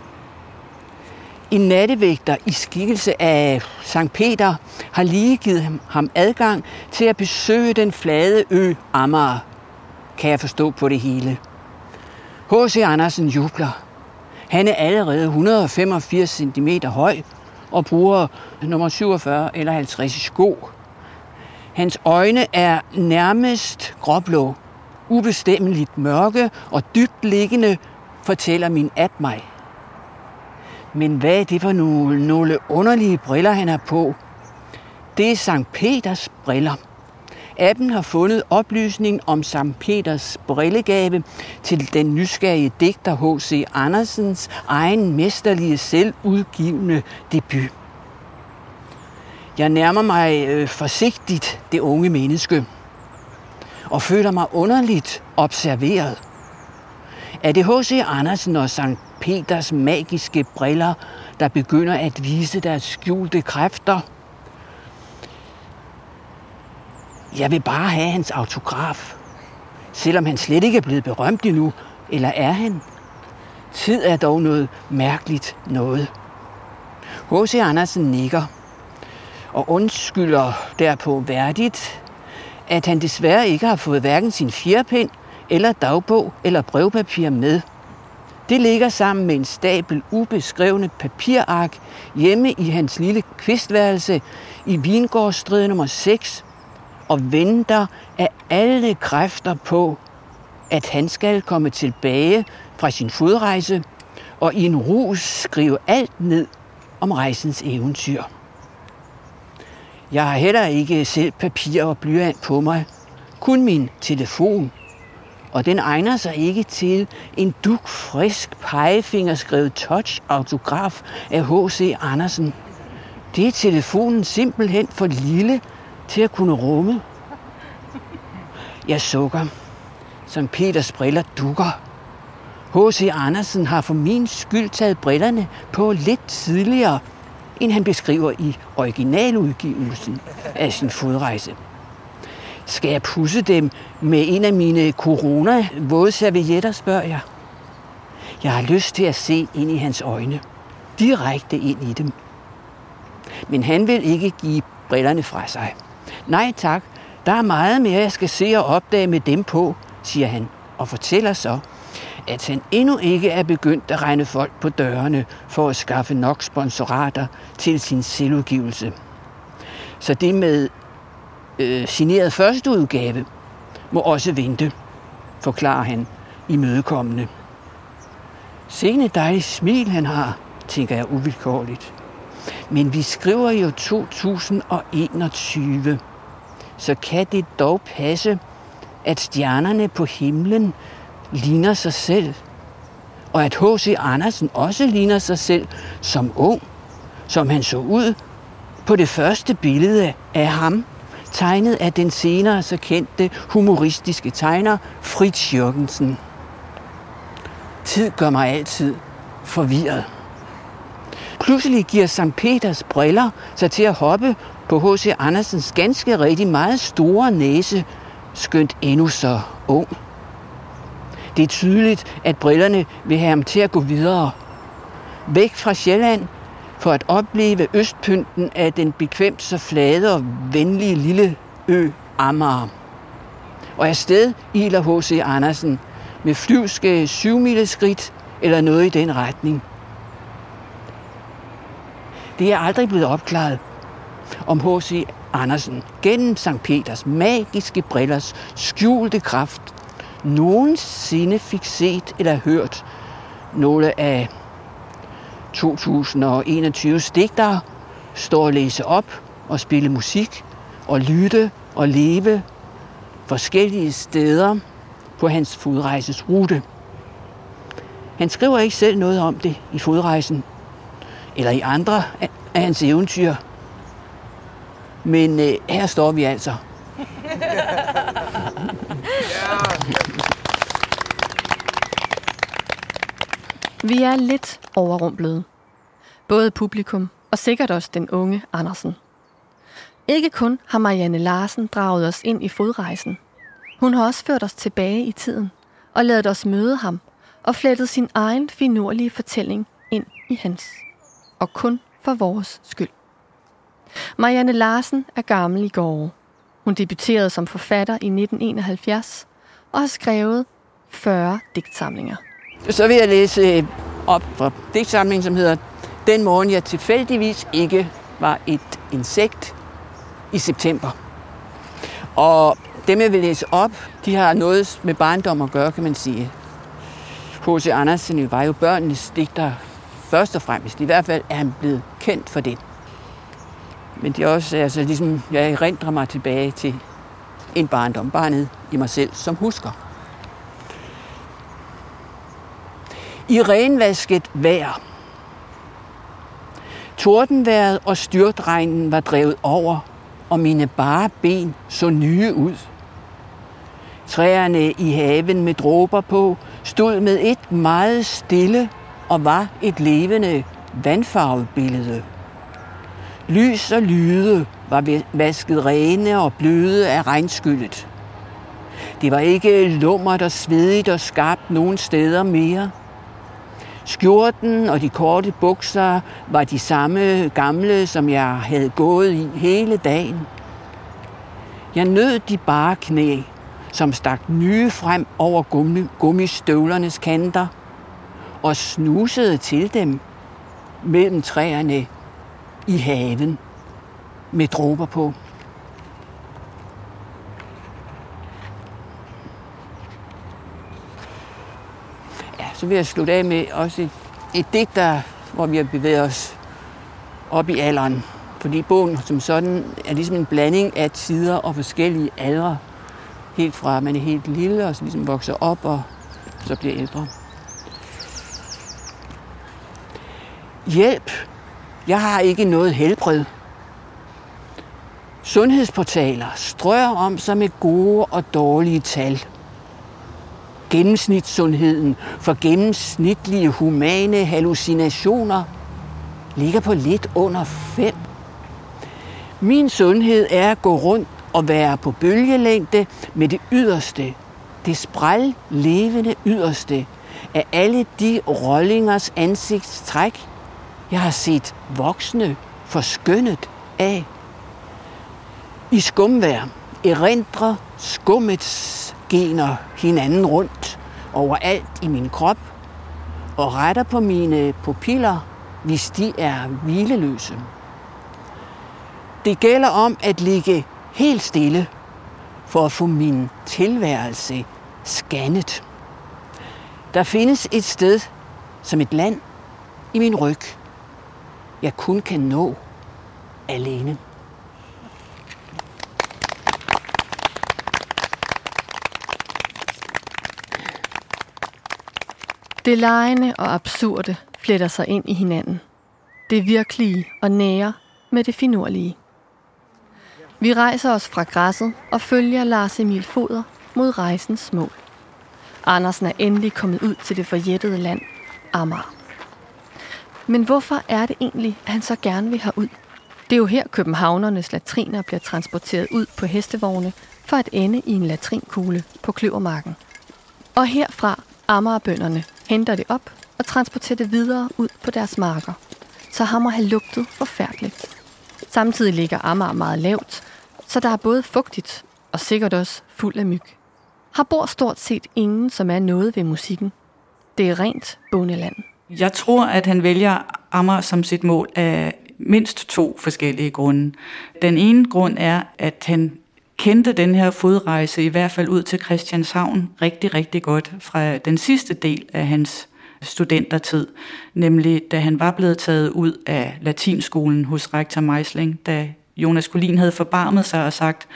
En nattevægter i skikkelse af Sankt Peter har lige givet ham adgang til at besøge den flade ø Amager, kan jeg forstå på det hele. H C Andersen jubler. Han er allerede et hundrede og femogfirs centimeter høj og bruger nummer syvogfyrre eller halvtreds i sko. Hans øjne er nærmest gråblå, ubestemmeligt mørke og dybt liggende, fortæller min app mig. Men hvad er det for nogle, nogle underlige briller, han har på? Det er Sankt Peters briller. Appen har fundet oplysning om Sankt Peters brillegave til den nysgerrige digter H C Andersens egen mesterlige selvudgivende debut. Jeg nærmer mig øh, forsigtigt det unge menneske og føler mig underligt observeret. Er det H C Andersen og Sankt Peters magiske briller, der begynder at vise deres skjulte kræfter? Jeg vil bare have hans autograf, selvom han slet ikke er blevet berømt endnu, eller er han? Tid er dog noget mærkeligt noget. H C Andersen nikker og undskylder derpå værdigt, at han desværre ikke har fået hverken sin fjerpen eller dagbog eller brevpapir med. Det ligger sammen med en stabel ubeskrevne papirark hjemme i hans lille kvistværelse i Vingårdsstræde nummer seks og venter af alle kræfter på, at han skal komme tilbage fra sin fodrejse og i en rus skrive alt ned om rejsens eventyr. Jeg har heller ikke selv papir og blyant på mig, kun min telefon, og den egner sig ikke til en dugfrisk pegefingerskrevet touch-autograf af H C Andersen. Det er telefonen simpelthen for lille til at kunne rumme. Jeg sukker. Sankt Peters briller dukker. H C Andersen har for min skyld taget brillerne på lidt tidligere, end han beskriver i originaludgivelsen af sin fodrejse. Skal jeg pusse dem med en af mine corona-våde servietter, spørger jeg. Jeg har lyst til at se ind i hans øjne. Direkte ind i dem. Men han vil ikke give brillerne fra sig. Nej tak, der er meget mere, jeg skal se og opdage med dem på, siger han, og fortæller så, at han endnu ikke er begyndt at regne folk på dørene for at skaffe nok sponsorater til sin selvudgivelse. Så det med øh, signeret førsteudgave må også vente, forklarer han imødekommende. Sikke et dejligt smil han har, tænker jeg uvilkårligt. Men vi skriver jo to tusind og enogtyve, så kan det dog passe, at stjernerne på himlen ligner sig selv, og at H C Andersen også ligner sig selv som ung, som han så ud på det første billede af ham, tegnet af den senere så kendte humoristiske tegner Frits Jørgensen. Tid gør mig altid forvirret. Pludselig giver Sankt Peters briller sig til at hoppe på H C Andersens ganske rigtig meget store næse, skønt endnu så ung. Det er tydeligt, at brillerne vil have ham til at gå videre. Væk fra Sjælland for at opleve østpynten af den bekvemt så flade og venlige lille ø Amager. Og afsted iler H C Andersen med flyvske syvmileskridt eller noget i den retning. Det er aldrig blevet opklaret, om H C Andersen gennem Sankt Peters magiske brillers skjulte kraft nogensinde fik set eller hørt nogle af to tusind og enogtyves digtere stå og læse op og spille musik og lytte og leve forskellige steder på hans fodrejsesrute. Han skriver ikke selv noget om det i Fodrejsen, eller i andre af hans eventyr. Men øh, her står vi altså. Vi er lidt overrumplede. Både publikum og sikkert også den unge Andersen. Ikke kun har Marianne Larsen draget os ind i Fodrejsen. Hun har også ført os tilbage i tiden og ladet os møde ham og flettet sin egen finurlige fortælling ind i hans. Og kun for vores skyld. Marianne Larsen er gammel i går. Hun debuterede som forfatter i nitten enoghalvfjerds og har skrevet fyrre digtsamlinger. Så vil jeg læse op fra digtsamlingen, som hedder Den morgen jeg tilfældigvis ikke var et insekt i september. Og dem, jeg vil læse op, de har noget med barndom at gøre, kan man sige. H C Andersen var jo børnenes digter først og fremmest. I hvert fald er han blevet kendt for det. Men det er også, altså ligesom, jeg erindrer mig tilbage til en barndom, barnet i mig selv, som husker. I renvasket vejr. Tordenvejret og styrtregnen var drevet over, og mine bare ben så nye ud. Træerne i haven med dråber på stod med et meget stille og var et levende vandfarvebillede. Lys og lyde var vasket rene og bløde af regnskyllet. Det var ikke lummert og svedigt og skarpt nogen steder mere. Skjorten og de korte bukser var de samme gamle, som jeg havde gået i hele dagen. Jeg nød de bare knæ, som stak nye frem over gummi, gummistøvlernes kanter, og snusede til dem mellem træerne i haven med dråber på. Ja, så vil jeg slutte af med også et, et digt, der, hvor vi har bevæget os op i alderen. Fordi bogen som sådan er ligesom en blanding af tider og forskellige aldre. Helt fra man er helt lille og så ligesom vokser op og så bliver ældre. Hjælp! Jeg har ikke noget helbred. Sundhedsportaler strør om sig med gode og dårlige tal. Gennemsnitssundheden for gennemsnitlige humane hallucinationer ligger på lidt under fem. Min sundhed er at gå rundt og være på bølgelængde med det yderste, det spræl levende yderste af alle de rollingers ansigtstræk, jeg har set voksne forskønnet af. I skumvejr erindrer skummets gener hinanden rundt overalt i min krop og retter på mine pupiller, hvis de er hvileløse. Det gælder om at ligge helt stille for at få min tilværelse scannet. Der findes et sted som et land i min ryg, jeg kun kan nå alene. Det legende og absurde fletter sig ind i hinanden. Det virkelige og nære med det finurlige. Vi rejser os fra græsset og følger Lars Emil Foder mod rejsens mål. Andersen er endelig kommet ud til det forjættede land, Amager. Men hvorfor er det egentlig, at han så gerne vil herud? Det er jo her københavnernes latriner bliver transporteret ud på hestevogne for at ende i en latrinkugle på Kløvermarken. Og herfra Amagerbønderne henter det op og transporterer det videre ud på deres marker. Så har må have lugtet forfærdeligt. Samtidig ligger Amager meget lavt, så der er både fugtigt og sikkert også fuld af myg. Her bor stort set ingen, som er noget ved musikken. Det er rent bondeland. Jeg tror, at han vælger Amager som sit mål af mindst to forskellige grunde. Den ene grund er, at han kendte den her fodrejse, i hvert fald ud til Christianshavn, rigtig, rigtig godt fra den sidste del af hans studentertid, nemlig da han var blevet taget ud af latinskolen hos rektor Meisling, da Jonas Collin havde forbarmet sig og sagt,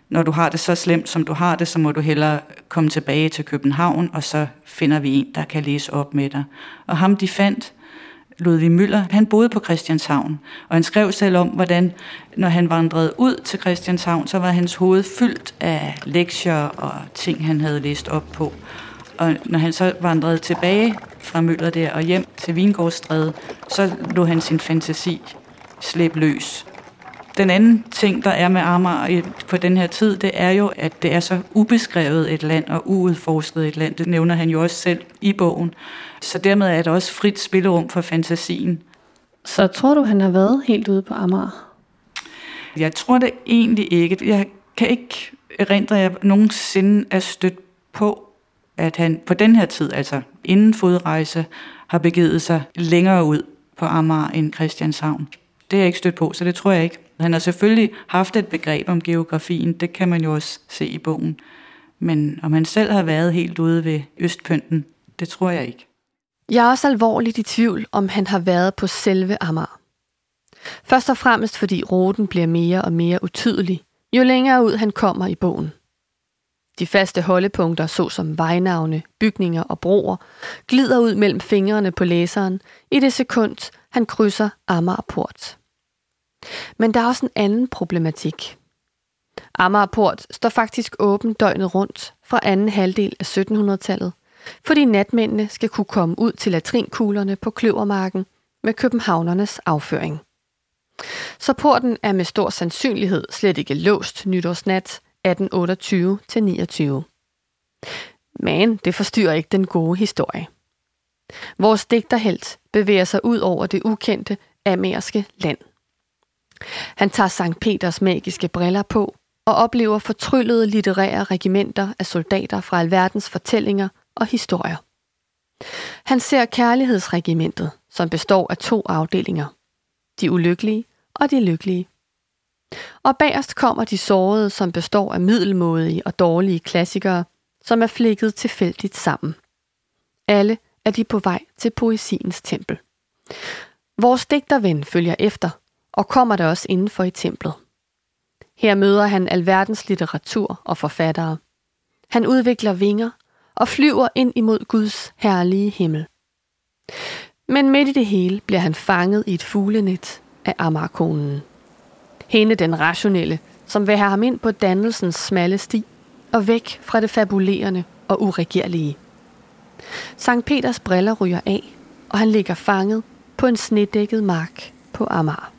når du har det så slemt, som du har det, så må du hellere komme tilbage til København, og så finder vi en, der kan læse op med dig. Og ham de fandt, Ludvig Møller, han boede på Christianshavn, og han skrev selv om, hvordan når han vandrede ud til Christianshavn, så var hans hoved fyldt af lektier og ting, han havde læst op på. Og når han så vandrede tilbage fra Møller der og hjem til Vingårdstræde, så lå han sin fantasi slippe løs. Den anden ting, der er med Amager på den her tid, det er jo, at det er så ubeskrevet et land og uudforsket et land. Det nævner han jo også selv i bogen. Så dermed er der også frit spillerum for fantasien. Så tror du, han har været helt ude på Amager? Jeg tror det egentlig ikke. Jeg kan ikke erindre, at jeg nogensinde er stødt på, at han på den her tid, altså inden fodrejse, har begivet sig længere ud på Amager end Christianshavn. Det er jeg ikke stødt på, så det tror jeg ikke. Han har selvfølgelig haft et begreb om geografien, det kan man jo også se i bogen. Men om han selv har været helt ude ved Østpynten, det tror jeg ikke. Jeg er også alvorligt i tvivl, om han har været på selve Amager. Først og fremmest fordi ruten bliver mere og mere utydelig, jo længere ud han kommer i bogen. De faste holdepunkter, såsom vejnavne, bygninger og broer, glider ud mellem fingrene på læseren i det sekund, han krydser Amager Port. Men der er også en anden problematik. Amager Port står faktisk åben døgnet rundt fra anden halvdel af syttenhundredetallet, fordi natmændene skal kunne komme ud til latrinkuglerne på Kløvermarken med københavnernes afføring. Så porten er med stor sandsynlighed slet ikke låst nytårsnat atten otteogtyve til niogtyve. Men det forstyrrer ikke den gode historie. Vores digterhelt bevæger sig ud over det ukendte amerske land. Han tager Sankt Peters magiske briller på og oplever fortryllede litterære regimenter af soldater fra alverdens fortællinger og historier. Han ser kærlighedsregimentet, som består af to afdelinger. De ulykkelige og de lykkelige. Og bagerst kommer de sårede, som består af middelmådige og dårlige klassikere, som er flækket tilfældigt sammen. Alle er de på vej til poesiens tempel. Vores digterven følger efter, og kommer der også indenfor i templet. Her møder han alverdens litteratur og forfattere. Han udvikler vinger og flyver ind imod Guds herlige himmel. Men midt i det hele bliver han fanget i et fuglenet af Amagerkonen. Hende den rationelle, som vil have ham ind på dannelsens smalle sti og væk fra det fabulerende og uregerlige. Sankt Peters briller ryger af, og han ligger fanget på en snedækket mark på Amager.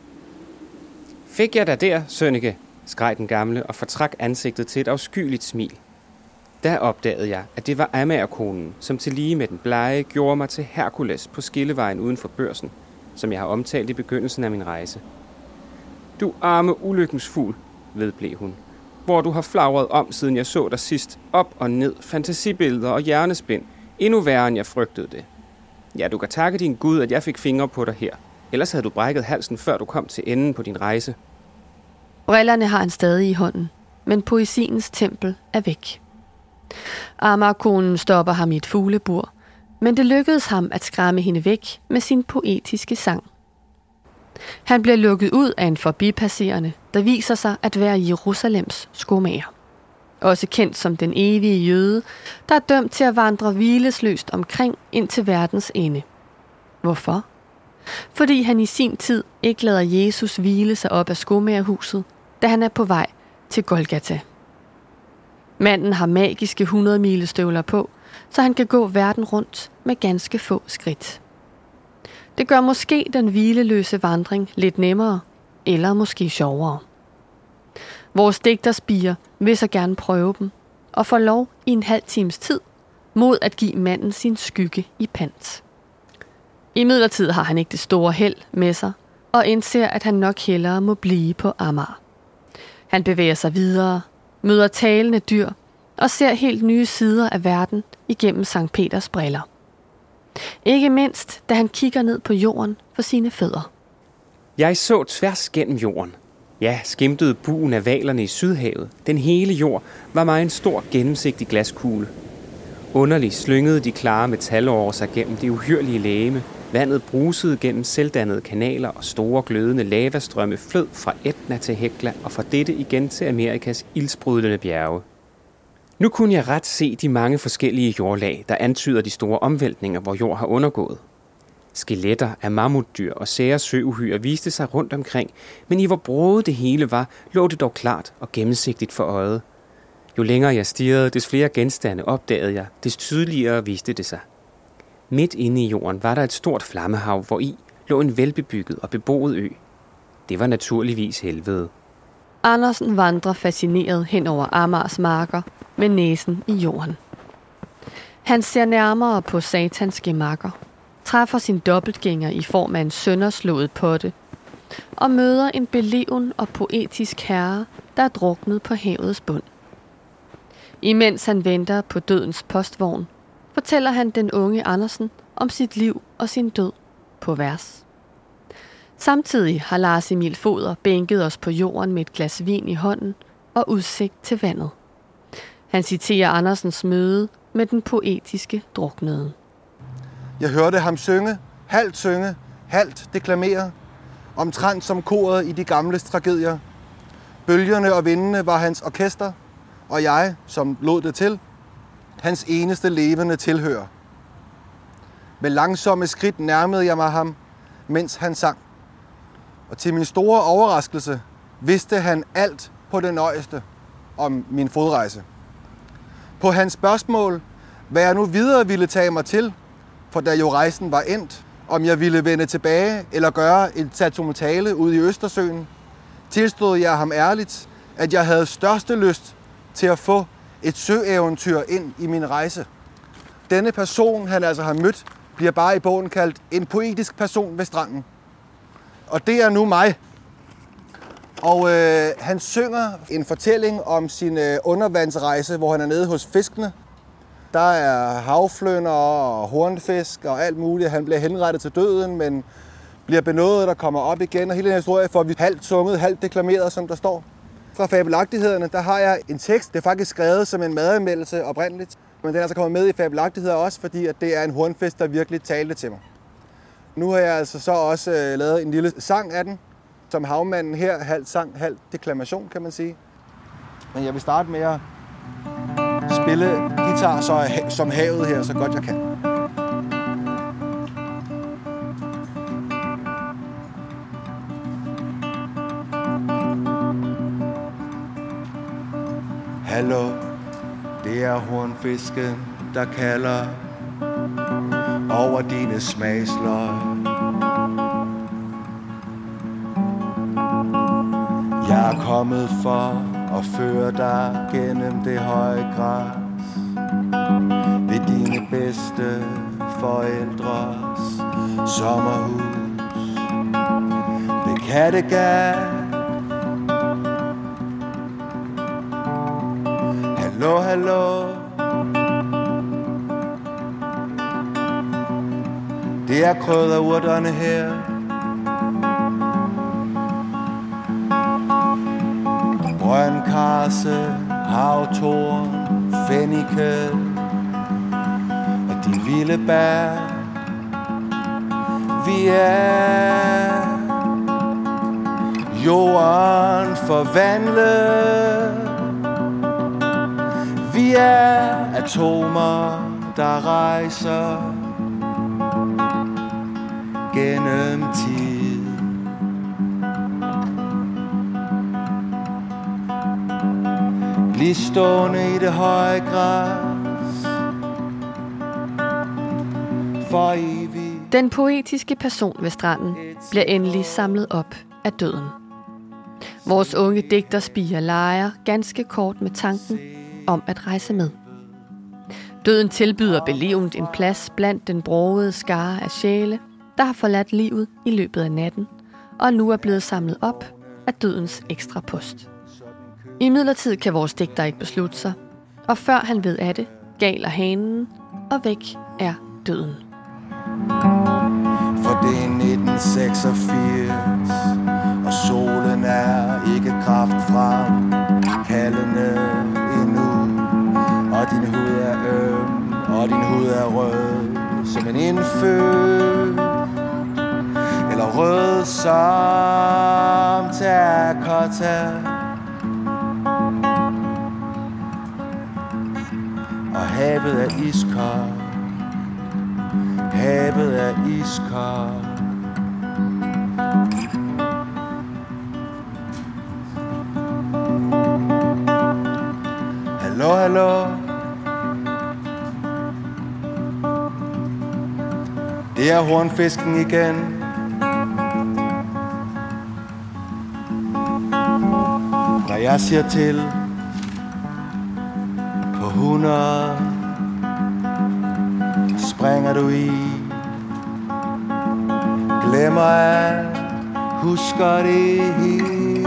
Fik jeg dig der, Sønneke, skreg den gamle og fortrak ansigtet til et afskyeligt smil. Der opdagede jeg, at det var Amagerkonen, som tillige med den blege gjorde mig til Herkules på skillevejen uden for Børsen, som jeg har omtalt i begyndelsen af min rejse. Du arme ulykkens fugl, vedblev hun, hvor du har flagret om, siden jeg så dig sidst, op og ned, fantasibilleder og hjernespind, endnu værre end jeg frygtede det. Ja, du kan takke din Gud, at jeg fik fingre på dig her. Ellers havde du brækket halsen, før du kom til enden på din rejse. Brillerne har han stadig i hånden, men poesiens tempel er væk. Amagerkonen stopper ham i et fuglebur, men det lykkedes ham at skræmme hende væk med sin poetiske sang. Han bliver lukket ud af en forbipasserende, der viser sig at være Jerusalems skomager. Også kendt som den evige jøde, der er dømt til at vandre hvilesløst omkring ind til verdens ende. Hvorfor? Fordi han i sin tid ikke lader Jesus hvile sig op af skomagerhuset, da han er på vej til Golgata. Manden har magiske hundrede milestøvler på, så han kan gå verden rundt med ganske få skridt. Det gør måske den hvileløse vandring lidt nemmere, eller måske sjovere. Vores digterspirer vil så gerne prøve dem, og får lov i en halv times tid, mod at give manden sin skygge i pant. I midlertid har han ikke det store held med sig, og indser, at han nok hellere må blive på Amager. Han bevæger sig videre, møder talende dyr, og ser helt nye sider af verden igennem Sankt Peters briller. Ikke mindst, da han kigger ned på jorden for sine fødder. Jeg så tværs gennem jorden. Ja, skimtede buen af hvalerne i Sydhavet. Den hele jord var mig en stor gennemsigtig glaskugle. Underligt slyngede de klare metalårer sig gennem det uhyrlige legeme, Vandet brusede gennem selvdannede kanaler, og store glødende lavastrømme flød fra Etna til Hekla og fra dette igen til Amerikas ildsprudlende bjerge. Nu kunne jeg ret se de mange forskellige jordlag, der antyder de store omvæltninger, hvor jord har undergået. Skeletter af mammutdyr og sære søuhyrer viste sig rundt omkring, men i hvor broget det hele var, lå det dog klart og gennemsigtigt for øjet. Jo længere jeg stirrede, des flere genstande opdagede jeg, des tydeligere viste det sig. Midt inde i jorden var der et stort flammehav, hvor i lå en velbebygget og beboet ø. Det var naturligvis helvede. Andersen vandrer fascineret hen over Amagers marker med næsen i jorden. Han ser nærmere på satans gemakker, træffer sin dobbeltgænger i form af en sønderslået potte og møder en beleven og poetisk herre, der er druknet på havets bund. Imens han venter på dødens postvogn, fortæller han den unge Andersen om sit liv og sin død på vers. Samtidig har Lars Emil Foder bænket os på jorden med et glas vin i hånden og udsigt til vandet. Han citerer Andersens møde med den poetiske druknede. Jeg hørte ham synge, halvt synge, halvt deklamere, omtrent som koret i de gamle tragedier. Bølgerne og vindene var hans orkester, og jeg, som lod det til, hans eneste levende tilhører. Med langsomme skridt nærmede jeg mig ham, mens han sang. Og til min store overraskelse vidste han alt på det nøjeste om min fodrejse. På hans spørgsmål, hvad jeg nu videre ville tage mig til, for da jo rejsen var endt, om jeg ville vende tilbage eller gøre et satometale ude i Østersøen, tilstod jeg ham ærligt, at jeg havde største lyst til at få et søeventyr ind i min rejse. Denne person, han altså har mødt, bliver bare i bogen kaldt en poetisk person ved stranden. Og det er nu mig. Og øh, han synger en fortælling om sin øh, undervandsrejse, hvor han er nede hos fiskene. Der er havflønder og hornfisk og alt muligt. Han bliver henrettet til døden, men bliver benådet og kommer op igen. Og hele den historie får vi halvt sunget, halvt deklameret, som der står. Fra Fabelagtighederne, der har jeg en tekst. Det er faktisk skrevet som en madanmeldelse oprindeligt. Men den er altså kommet med i Fabelagtigheder også, fordi at det er en hornfisk, der virkelig talte til mig. Nu har jeg altså så også øh, lavet en lille sang af den, som havmanden her, halvt sang, halvt deklamation, kan man sige. Men jeg vil starte med at spille guitar så, som havet her, så godt jeg kan. Hallo, det er hornfisken, der kalder over dine smagsløg. Jeg er kommet for at føre dig gennem det høje græs ved dine bedste forældres sommerhus ved Kattegat. Hallo, hallo. Det er krydderurterne her. Brøndkarse, havtorn, fennike og de vilde bær. Vi er jorden forvandlet. Vi er atomer, der rejser gennem tid. Bliv stående i det høje græs for evigt. Den poetiske person ved stranden bliver endelig samlet op af døden. Vores unge digterspirer leger ganske kort med tanken om at rejse med. Døden tilbyder belevent en plads blandt den brogede skare af sjæle, der har forladt livet i løbet af natten, og nu er blevet samlet op af dødens ekstra post. Imidlertid kan vores digter ikke beslutte sig, og før han ved af det, galer hanen, og væk er døden. For det er nitten seksogfirs, og solen er ikke kraft frem, kaldende endnu, og din hud er øm, og din hud er rød, som en indfødt og rød som terracotta. Og havet er iskoldt. Havet er iskoldt. Hallo, hallo. Det er hornfisken igen. Når jeg siger til på hundrede, springer du i. Glemmer at husker det helt.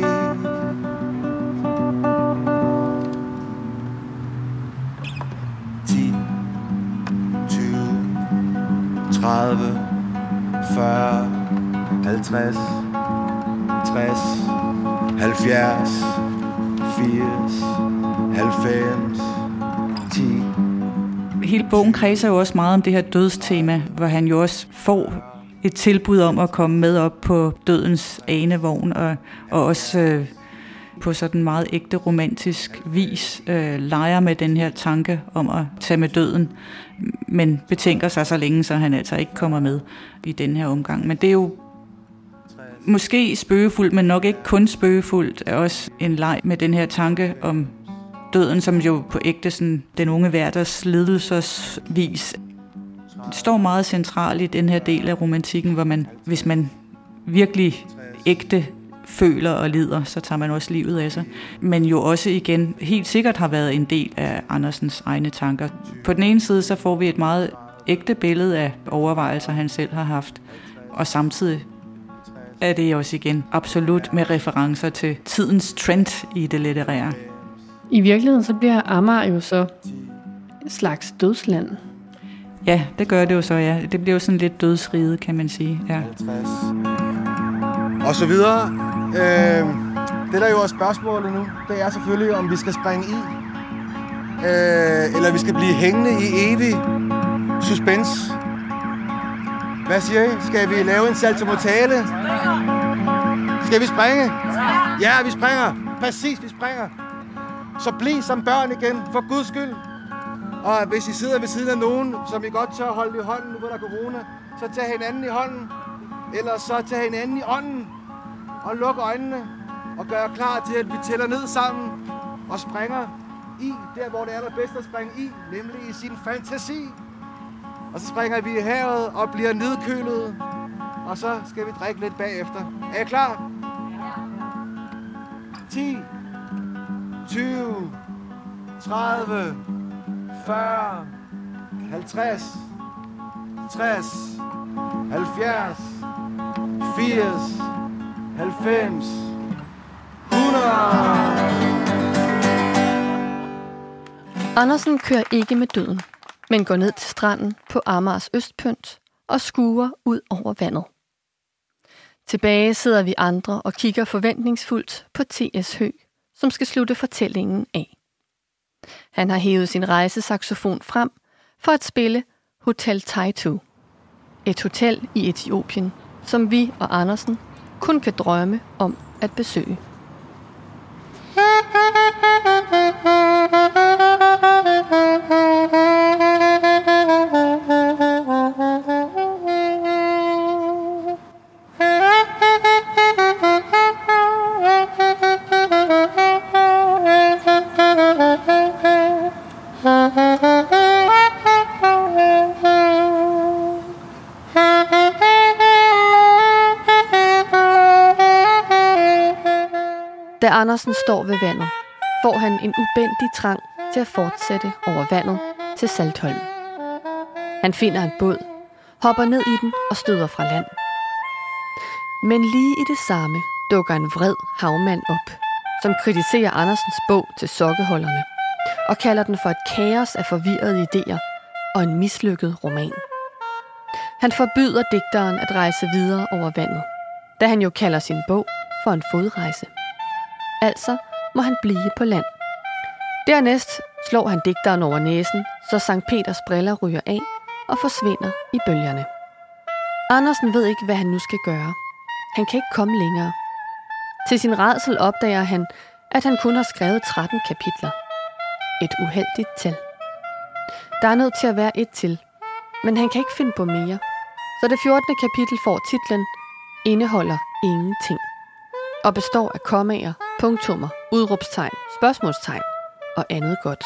ti, tyve, tredive, fyrre, halvtreds, tres, halvfjerds, firs, halvfems, ti. Hele bogen kredser jo også meget om det her dødstema, hvor han jo også får et tilbud om at komme med op på dødens anevogn, og, og også øh, på sådan meget ægte romantisk vis øh, leger med den her tanke om at tage med døden, men betænker sig så længe, så han altså ikke kommer med i den her omgang. Men det er jo måske spøgefuldt, men nok ikke kun spøgefuldt, er også en leg med den her tanke om døden, som jo på ægte sådan, den unge Werthers lidelsesvis står meget centralt i den her del af romantikken, hvor man, hvis man virkelig ægte føler og lider, så tager man også livet af sig. Men jo også igen helt sikkert har været en del af Andersens egne tanker. På den ene side, så får vi et meget ægte billede af overvejelser, han selv har haft, og samtidig er det også igen absolut med referencer til tidens trend i det litterære. I virkeligheden så bliver Amager jo så et slags dødsland. Ja, det gør det jo så, ja. Det bliver jo sådan lidt dødsriget, kan man sige. Ja. Og så videre. Øh, det der jo er spørgsmålet nu, det er selvfølgelig, om vi skal springe i. Øh, eller vi skal blive hængende i evig suspense. Hvad siger I? Skal vi lave en salto mortale? Skal vi springe? Ja, vi springer. Præcis, vi springer. Så bliv som børn igen, for Guds skyld. Og hvis I sidder ved siden af nogen, som I godt tør holde i hånden, nu hvor der er corona, så tag hinanden i hånden. Eller så tag hinanden i ånden. Og luk øjnene. Og gør klar til, at vi tæller ned sammen. Og springer i, der hvor det er allerbedst at springe i. Nemlig i sin fantasi. Og så springer vi i havet og bliver nedkølet. Og så skal vi drikke lidt bagefter. Er I klar? ti, tyve, tredive, fyrre, halvtreds, tres, halvfjerds, firs, halvfems, hundrede. Andersen kører ikke med døden, men går ned til stranden på Amagers østpynt og skuer ud over vandet. Tilbage sidder vi andre og kigger forventningsfuldt på T S Høeg, som skal slutte fortællingen af. Han har hævet sin rejsesaxofon frem for at spille Hotel Taitu, et hotel i Etiopien, som vi og Andersen kun kan drømme om at besøge. Da Andersen står ved vandet, får han en ubændig trang til at fortsætte over vandet til Saltholm. Han finder en båd, hopper ned i den og støder fra land. Men lige i det samme dukker en vred havmand op, som kritiserer Andersens bog til sokkeholderne og kalder den for et kaos af forvirrede idéer og en mislykket roman. Han forbyder digteren at rejse videre over vandet, da han jo kalder sin bog for en fodrejse. Altså må han blive på land. Dernæst slår han digteren over næsen, så Sankt Peters briller ryger af og forsvinder i bølgerne. Andersen ved ikke, hvad han nu skal gøre. Han kan ikke komme længere. Til sin rædsel opdager han, at han kun har skrevet tretten kapitler. Et uheldigt tal. Der er nødt til at være et til, men han kan ikke finde på mere. Så det fjortende kapitel får titlen Indeholder ingenting og består af kommaer, punktummer, udråbstegn, spørgsmålstegn og andet godt.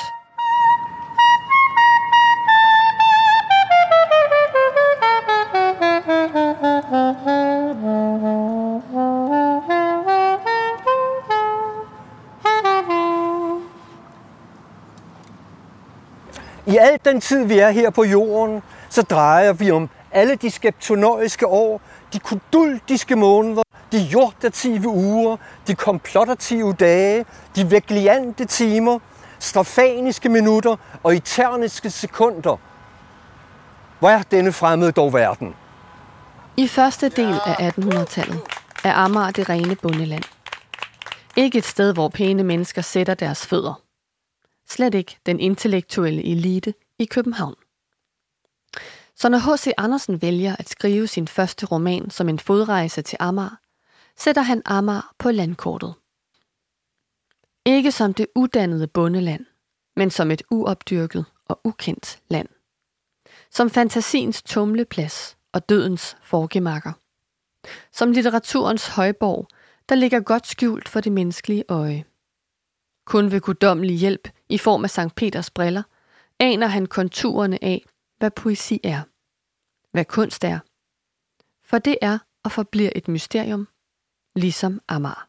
I al den tid, vi er her på jorden, så drejer vi om alle de skeptonoiske år, de kodultiske måneder, de jordative uger, de komplotative dage, de vegliante timer, strafaniske minutter og eterniske sekunder. Hvor er denne fremmede dog verden? I første del af attenhundredetallet er Amager det rene bondeland. Ikke et sted, hvor pæne mennesker sætter deres fødder. Slet ikke den intellektuelle elite i København. Så når H C Andersen vælger at skrive sin første roman som en fodrejse til Amager, sætter han Amager på landkortet. Ikke som det uddannede bondeland, men som et uopdyrket og ukendt land. Som fantasiens tumleplads og dødens forgemakker. Som litteraturens højborg, der ligger godt skjult for det menneskelige øje. Kun ved guddommelig hjælp i form af Sankt Peters briller, aner han konturerne af, hvad poesi er. Hvad kunst er. For det er og forbliver et mysterium, ligesom Amager.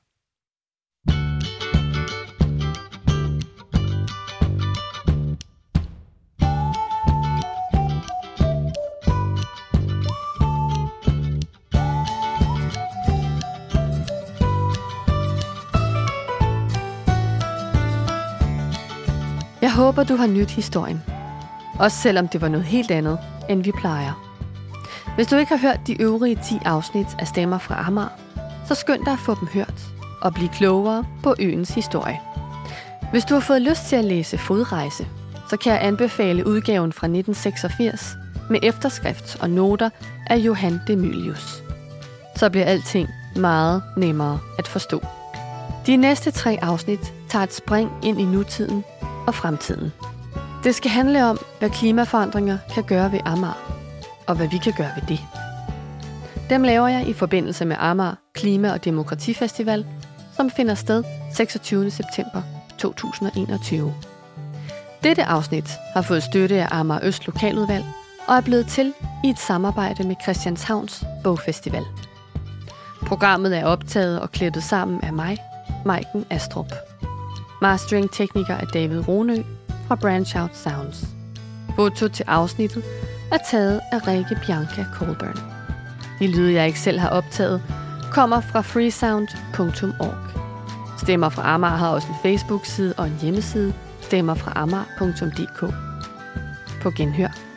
Jeg håber, du har nydt historien. Også selvom det var noget helt andet, end vi plejer. Hvis du ikke har hørt de øvrige ti afsnit af Stemmer fra Amager, så skynd dig at få dem hørt og blive klogere på øens historie. Hvis du har fået lyst til at læse Fodrejse, så kan jeg anbefale udgaven fra nitten seksogfirs med efterskrift og noter af Johan de Mylius. Så bliver alting meget nemmere at forstå. De næste tre afsnit tager et spring ind i nutiden og fremtiden. Det skal handle om, hvad klimaforandringer kan gøre ved Amager, og hvad vi kan gøre ved det. Dem laver jeg i forbindelse med Amager Klima- og Demokratifestival, som finder sted seksogtyvende september to tusind og enogtyve. Dette afsnit har fået støtte af Amager Øst Lokaludvalg og er blevet til i et samarbejde med Christianshavns Bogfestival. Programmet er optaget og klippet sammen af mig, Maiken Astrup. Mastering-tekniker er David Ronø fra Branch Out Sounds. Foto til afsnittet er taget af Rikke Bianca Colburn. De lyde, jeg ikke selv har optaget, kommer fra freesound punktum org. Stemmer fra Amager har også en Facebook-side og en hjemmeside, stemmer fra amager punktum d k. På genhør.